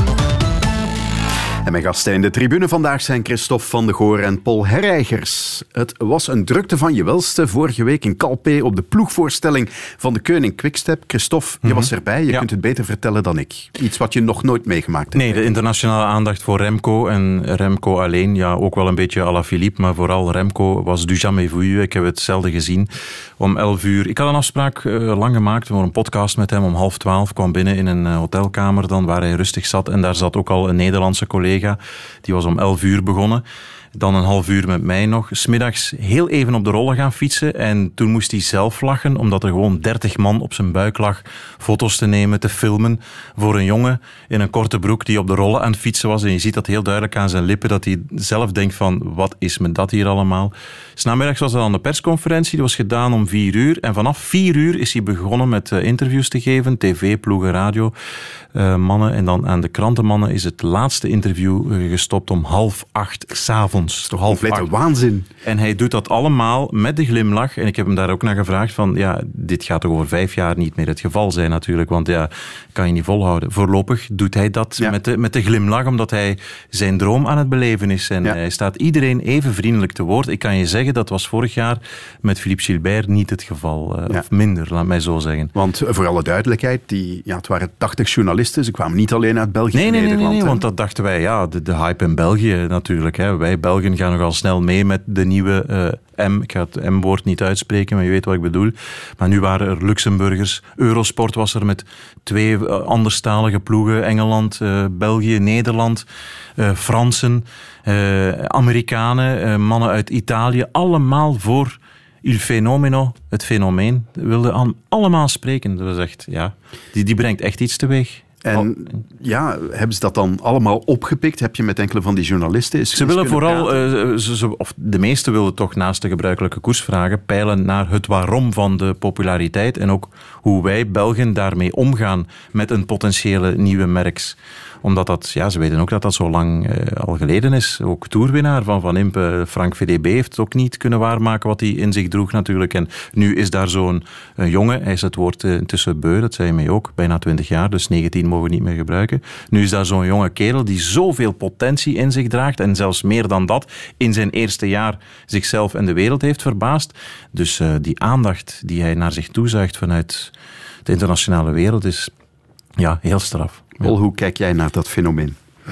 Speaker 3: En mijn gasten in de tribune vandaag zijn Christophe van de Goor en Paul Herreigers. Het was een drukte van je welste vorige week in Calpe op de ploegvoorstelling van de Koning Quickstep. Christophe, je was erbij. Je ja. kunt het beter vertellen dan ik. Iets wat je nog nooit meegemaakt hebt.
Speaker 4: Nee, de internationale aandacht voor Remco. En Remco alleen, ja, ook wel een beetje à la Philippe, maar vooral Remco was du jamais vu. Ik heb het zelden gezien. Om elf uur. Ik had een afspraak uh, lang gemaakt voor een podcast met hem. Om half twaalf kwam binnen in een uh, hotelkamer dan, waar hij rustig zat. En daar zat ook al een Nederlandse collega. Die was om elf uur begonnen. Dan een half uur met mij nog. 's Middags heel even op de rollen gaan fietsen. En toen moest hij zelf lachen, omdat er gewoon dertig man op zijn buik lag. Foto's te nemen, te filmen. Voor een jongen in een korte broek die op de rollen aan het fietsen was. En je ziet dat heel duidelijk aan zijn lippen, dat hij zelf denkt van, wat is me dat hier allemaal? 's Namiddags was er dan de persconferentie. Die was gedaan om vier uur. En vanaf vier uur is hij begonnen met uh, interviews te geven. Tv, ploegen, radio, uh, mannen. En dan aan de krantenmannen is het laatste interview uh, gestopt om half acht 's avonds.
Speaker 3: Dat is toch complete waanzin.
Speaker 4: En hij doet dat allemaal met de glimlach. En ik heb hem daar ook naar gevraagd van, ja, dit gaat toch over vijf jaar niet meer het geval zijn natuurlijk. Want ja, kan je niet volhouden. Voorlopig doet hij dat ja. met, de, met de glimlach, omdat hij zijn droom aan het beleven is. En ja. hij staat iedereen even vriendelijk te woord. Ik kan je zeggen, dat was vorig jaar met Philippe Gilbert niet het geval. Uh, ja. Of minder, laat mij zo zeggen.
Speaker 3: Want voor alle duidelijkheid, die, ja, het waren tachtig journalisten. Ze kwamen niet alleen uit België
Speaker 4: nee,
Speaker 3: en
Speaker 4: nee,
Speaker 3: Nederland.
Speaker 4: Nee, nee, want dat dachten wij, ja, de, de hype in België natuurlijk. Hè. Wij Belgen gaan nogal snel mee met de nieuwe uh, M. Ik ga het M-woord niet uitspreken, maar je weet wat ik bedoel. Maar nu waren er Luxemburgers. Eurosport was er met twee uh, anderstalige ploegen. Engeland, uh, België, Nederland, uh, Fransen, uh, Amerikanen, uh, mannen uit Italië. Allemaal voor Il Fenomeno, het fenomeen. Wilden allemaal spreken. Dat was echt, ja, die, die brengt echt iets teweeg.
Speaker 3: En ja, hebben ze dat dan allemaal opgepikt? Heb je met enkele van die journalisten eens
Speaker 4: Ze willen vooral, uh, ze, ze, of de meesten willen toch naast de gebruikelijke koersvragen peilen naar het waarom van de populariteit en ook hoe wij Belgen daarmee omgaan met een potentiële nieuwe merks. Omdat dat, ja, ze weten ook dat dat zo lang uh, al geleden is. Ook toerwinnaar van Van Impe, Frank V D B, heeft het ook niet kunnen waarmaken wat hij in zich droeg natuurlijk. En nu is daar zo'n uh, jongen, hij is het woord uh, intussen beu, dat zei hij mij ook, bijna twintig jaar, dus negentien mogen we niet meer gebruiken. Nu is daar zo'n jonge kerel die zoveel potentie in zich draagt en zelfs meer dan dat, in zijn eerste jaar zichzelf en de wereld heeft verbaasd. Dus uh, die aandacht die hij naar zich toezuigt vanuit de internationale wereld is, ja, heel straf.
Speaker 3: Paul, hoe kijk jij naar dat fenomeen?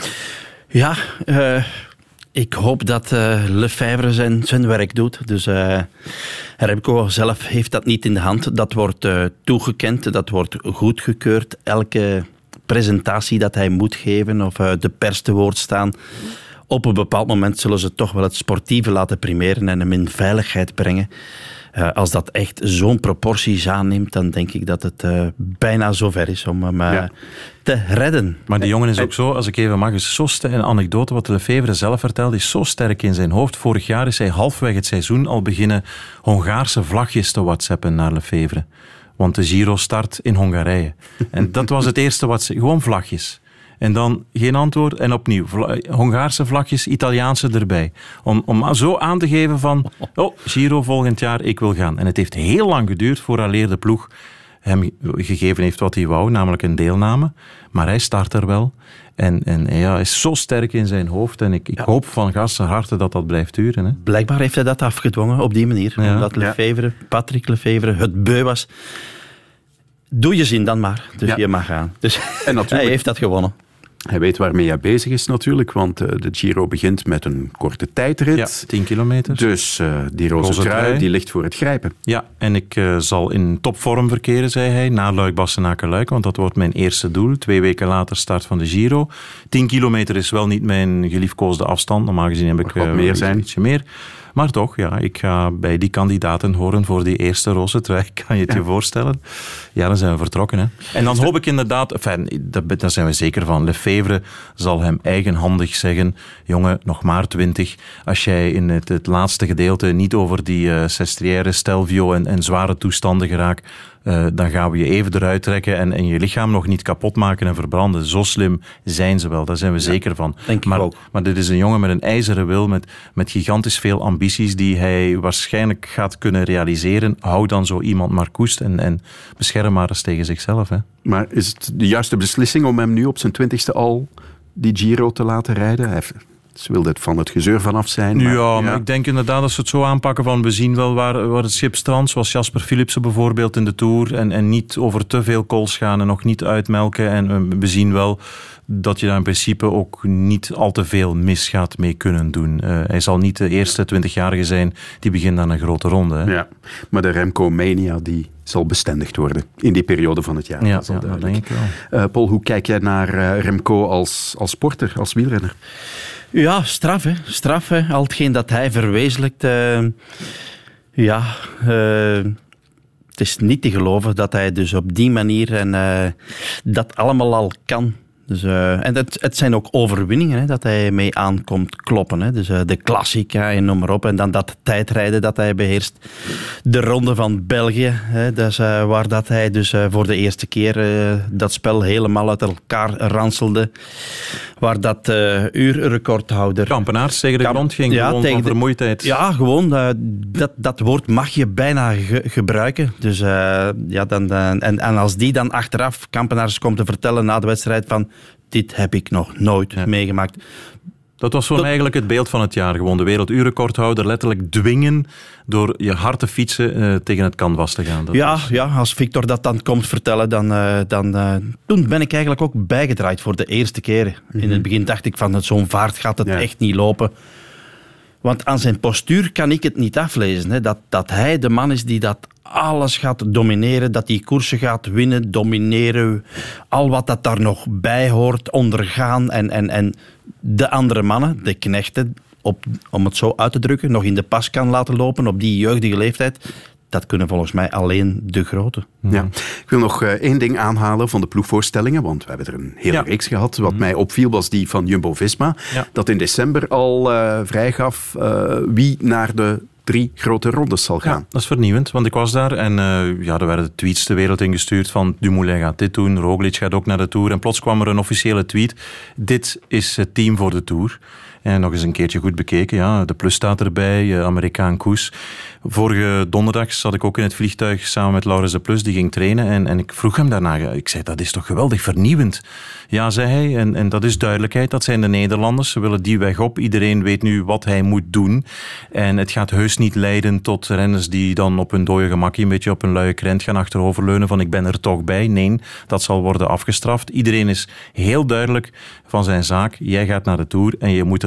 Speaker 5: Ja, uh, ik hoop dat uh, Lefebvre zijn, zijn werk doet. Dus uh, Remco zelf heeft dat niet in de hand. Dat wordt uh, toegekend, dat wordt goedgekeurd. Elke presentatie dat hij moet geven of uh, de pers te woord staan op een bepaald moment zullen ze toch wel het sportieve laten primeren en hem in veiligheid brengen. Uh, als dat echt zo'n proporties aanneemt, dan denk ik dat het uh, bijna zover is om hem uh, ja. te redden.
Speaker 4: Maar die jongen is ook zo, als ik even mag, is zo sterk. Een anekdote wat Lefevre zelf vertelde, is zo sterk in zijn hoofd. Vorig jaar is hij halfweg het seizoen al beginnen Hongaarse vlagjes te whatsappen naar Lefevre. Want de Giro start in Hongarije. En dat was het eerste wat ze... Gewoon vlagjes. En dan geen antwoord en opnieuw. Vla- Hongaarse vlagjes, Italiaanse erbij. Om, om zo aan te geven van... Oh, Giro volgend jaar, ik wil gaan. En het heeft heel lang geduurd vooraleer de ploeg hem gegeven heeft wat hij wou, namelijk een deelname. Maar hij start er wel. En, en ja, hij is zo sterk in zijn hoofd. En ik, ik ja. hoop van gasten harte dat dat blijft duren. Hè.
Speaker 5: Blijkbaar heeft hij dat afgedwongen op die manier. Ja. Omdat Lefevre, Patrick Lefevre, het beu was. Doe je zin dan maar. Dus ja. je mag gaan. Dus en hij heeft dat gewonnen.
Speaker 3: Hij weet waarmee hij bezig is natuurlijk, want uh, de Giro begint met een korte tijdrit.
Speaker 4: Ja, tien kilometer.
Speaker 3: Dus uh, die roze, roze trui, trui, die ligt voor het grijpen.
Speaker 4: Ja, en ik uh, zal in topvorm verkeren, zei hij, na Luik-Bastenaken-Luik, want dat wordt mijn eerste doel. Twee weken later start van de Giro. tien kilometer is wel niet mijn geliefkoosde afstand. Normaal gezien heb ik
Speaker 3: wat uh, meer zijn.
Speaker 4: ietsje meer. Maar toch, ja, ik ga bij die kandidaten horen voor die eerste roze trui. Kan je het ja. je voorstellen? Ja, dan zijn we vertrokken. Hè. En dan hoop ik inderdaad... Enfin, daar zijn we zeker van. Lefevre zal hem eigenhandig zeggen... Jongen, nog maar twintig. Als jij in het, het laatste gedeelte niet over die uh, Sestriere, Stelvio en, en zware toestanden geraakt... Uh, dan gaan we je even eruit trekken en, en je lichaam nog niet kapot maken en verbranden. Zo slim zijn ze wel, daar zijn we ja, zeker van.
Speaker 5: Denk
Speaker 4: maar,
Speaker 5: ik ook.
Speaker 4: maar dit is een jongen met een ijzeren wil, met, met gigantisch veel ambities die hij waarschijnlijk gaat kunnen realiseren. Hou dan zo iemand maar koest en, en bescherm maar eens tegen zichzelf. Hè.
Speaker 3: Maar is het de juiste beslissing om hem nu op zijn twintigste al die Giro te laten rijden? Hij heeft... Ze wilden het van het gezeur vanaf zijn. Maar,
Speaker 4: ja, maar ja. ik denk inderdaad dat ze het zo aanpakken van we zien wel waar, waar het schip strandt, zoals Jasper Philipsen bijvoorbeeld in de Tour, en, en niet over te veel kools gaan en nog niet uitmelken. En we zien wel dat je daar in principe ook niet al te veel mis gaat mee kunnen doen. Uh, hij zal niet de eerste twintigjarige zijn die begint aan een grote ronde. Hè.
Speaker 3: Ja, maar de Remco-mania die zal bestendigd worden in die periode van het jaar.
Speaker 4: Ja,
Speaker 3: dat, is al
Speaker 4: ja, dat denk ik wel.
Speaker 3: Uh, Paul, hoe kijk jij naar uh, Remco als, als sporter, als wielrenner?
Speaker 5: Ja, straf, hè. Straf, hè. Al hetgeen dat hij verwezenlijkt. Uh, ja, uh, het is niet te geloven dat hij dus op die manier en uh, dat allemaal al kan. Dus, uh, en het, het zijn ook overwinningen hè, dat hij mee aankomt kloppen. Hè. Dus uh, de Klassica en noem maar op. En dan dat tijdrijden dat hij beheerst. De Ronde van België. Hè, dat is, uh, waar dat hij dus uh, voor de eerste keer uh, dat spel helemaal uit elkaar ranselde. Waar dat uh, uurrecordhouder...
Speaker 4: Kampenaars tegen de
Speaker 5: Kamp-
Speaker 4: grond ging,
Speaker 5: ja,
Speaker 4: gewoon
Speaker 5: tegen
Speaker 4: van
Speaker 5: de,
Speaker 4: vermoeidheid.
Speaker 5: Ja, gewoon. Uh, dat, dat woord mag je bijna ge- gebruiken. Dus, uh, ja, dan, uh, en, en als die dan achteraf Kampenaars komt te vertellen na de wedstrijd van dit heb ik nog nooit ja. meegemaakt.
Speaker 4: Dat was voor mij eigenlijk het beeld van het jaar. Gewoon de werelduurrecordhouder letterlijk dwingen door je hard te fietsen uh, tegen het canvas te gaan. Dat
Speaker 5: ja,
Speaker 4: was...
Speaker 5: ja, als Victor dat dan komt vertellen, dan, uh, dan uh, toen ben ik eigenlijk ook bijgedraaid voor de eerste keer. Mm-hmm. In het begin dacht ik van zo'n vaart gaat het ja. echt niet lopen. Want aan zijn postuur kan ik het niet aflezen. Hè. Dat, dat hij de man is die dat alles gaat domineren, dat hij koersen gaat winnen, domineren, al wat dat daar nog bij hoort, ondergaan. En, en, en de andere mannen, de knechten, op, om het zo uit te drukken, nog in de pas kan laten lopen op die jeugdige leeftijd. Dat kunnen volgens mij alleen de grote.
Speaker 3: Ja. Ik wil nog uh, één ding aanhalen van de ploegvoorstellingen, want we hebben er een hele ja. reeks gehad. Wat mm. mij opviel was die van Jumbo-Visma, ja. dat in december al uh, vrijgaf uh, wie naar de drie grote rondes zal gaan.
Speaker 4: Ja, dat is vernieuwend, want ik was daar en uh, ja, er werden tweets de wereld ingestuurd van Dumoulin gaat dit doen, Roglic gaat ook naar de Tour. En plots kwam er een officiële tweet. Dit is het team voor de Tour. En nog eens een keertje goed bekeken. Ja, de Plus staat erbij, Amerikaan Koes. Vorige donderdag zat ik ook in het vliegtuig samen met Laurens de Plus, die ging trainen. En, en ik vroeg hem daarna, ik zei, dat is toch geweldig vernieuwend? Ja, zei hij, en, en dat is duidelijkheid. Dat zijn de Nederlanders, ze willen die weg op. Iedereen weet nu wat hij moet doen. En het gaat heus niet leiden tot renners die dan op hun dode gemakkie, een beetje op een luie krent gaan achteroverleunen van ik ben er toch bij. Nee, dat zal worden afgestraft. Iedereen is heel duidelijk van zijn zaak. Jij gaat naar de Tour en je moet er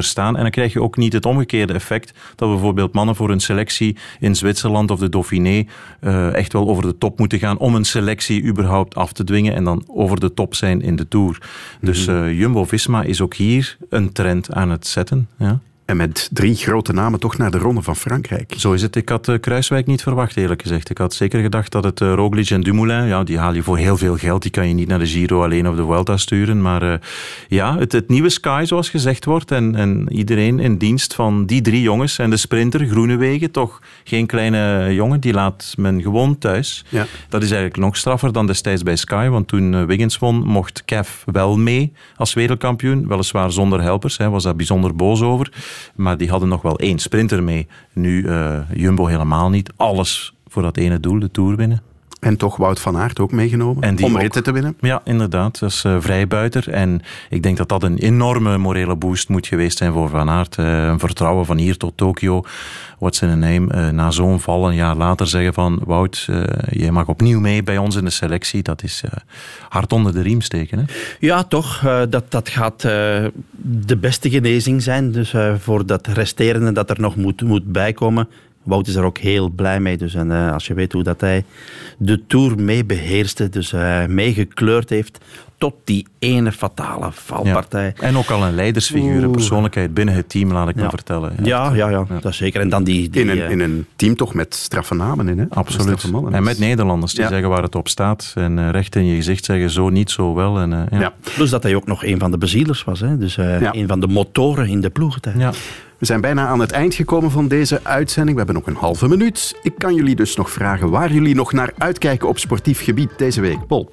Speaker 4: staan. En dan krijg je ook niet het omgekeerde effect dat bijvoorbeeld mannen voor een selectie in Zwitserland of de Dauphiné uh, echt wel over de top moeten gaan om een selectie überhaupt af te dwingen en dan over de top zijn in de Tour. Dus uh, Jumbo-Visma is ook hier een trend aan het zetten. Ja.
Speaker 3: En met drie grote namen toch naar de Ronde van Frankrijk.
Speaker 4: Zo is het. Ik had uh, Kruiswijk niet verwacht, eerlijk gezegd. Ik had zeker gedacht dat het uh, Roglic en Dumoulin, ja, die haal je voor heel veel geld. Die kan je niet naar de Giro alleen of de Vuelta sturen. Maar uh, ja, het, het nieuwe Sky, zoals gezegd wordt. En, en iedereen in dienst van die drie jongens. En de sprinter, Groenewegen, toch geen kleine jongen. Die laat men gewoon thuis. Ja. Dat is eigenlijk nog straffer dan destijds bij Sky. Want toen uh, Wiggins won, mocht Cav wel mee als wereldkampioen. Weliswaar zonder helpers. Hij was daar bijzonder boos over. Maar die hadden nog wel één sprinter mee. Nu uh, Jumbo helemaal niet. Alles voor dat ene doel, de Tour winnen.
Speaker 3: En toch Wout van Aert ook meegenomen en die om ritten te winnen?
Speaker 4: Ja, inderdaad. Dat is uh, vrijbuiter. En ik denk dat dat een enorme morele boost moet geweest zijn voor Van Aert. Uh, een vertrouwen van hier tot Tokio. What's in a name? Uh, na zo'n val een jaar later zeggen van Wout, uh, jij mag opnieuw mee bij ons in de selectie. Dat is uh, hard onder de riem steken. Hè?
Speaker 5: Ja, toch. Uh, dat, dat gaat uh, de beste genezing zijn. Dus uh, voor dat resterende dat er nog moet, moet bijkomen. Wout is er ook heel blij mee. Dus, en, uh, als je weet hoe dat hij de Tour mee beheerste, dus uh, meegekleurd heeft tot die ene fatale valpartij.
Speaker 4: Ja. En ook al een leidersfiguur, een persoonlijkheid binnen het team, laat ik ja. me vertellen.
Speaker 5: Ja, ja, ja, ja, dat is zeker. En dan die, die,
Speaker 3: in, een, in een team toch met straffe namen in, hè?
Speaker 4: Absoluut. En met Nederlanders die ja. zeggen waar het op staat en uh, recht in je gezicht zeggen zo niet, zo wel. En, uh, ja.
Speaker 5: Ja. Plus dat hij ook nog een van de bezielers was. Hè? Dus uh, ja. een van de motoren in de ploegentijd.
Speaker 3: Ja. We zijn bijna aan het eind gekomen van deze uitzending. We hebben nog een halve minuut. Ik kan jullie dus nog vragen waar jullie nog naar uitkijken op sportief gebied deze week. Paul?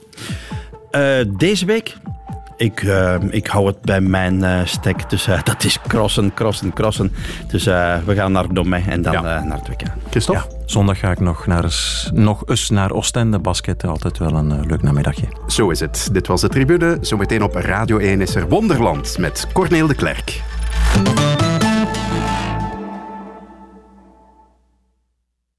Speaker 5: Uh, deze week? Ik, uh, ik hou het bij mijn uh, stek. Dus uh, dat is crossen, crossen, crossen. Dus uh, we gaan naar Domé en dan ja. uh, naar het W K.
Speaker 3: Christophe?
Speaker 4: Ja. Zondag ga ik nog, naar eens, nog eens naar Oostende basket. Altijd wel een uh, leuk namiddagje.
Speaker 3: Zo is het. Dit was de Tribune. Zometeen op Radio één is er Wonderland met Corneel de Klerk.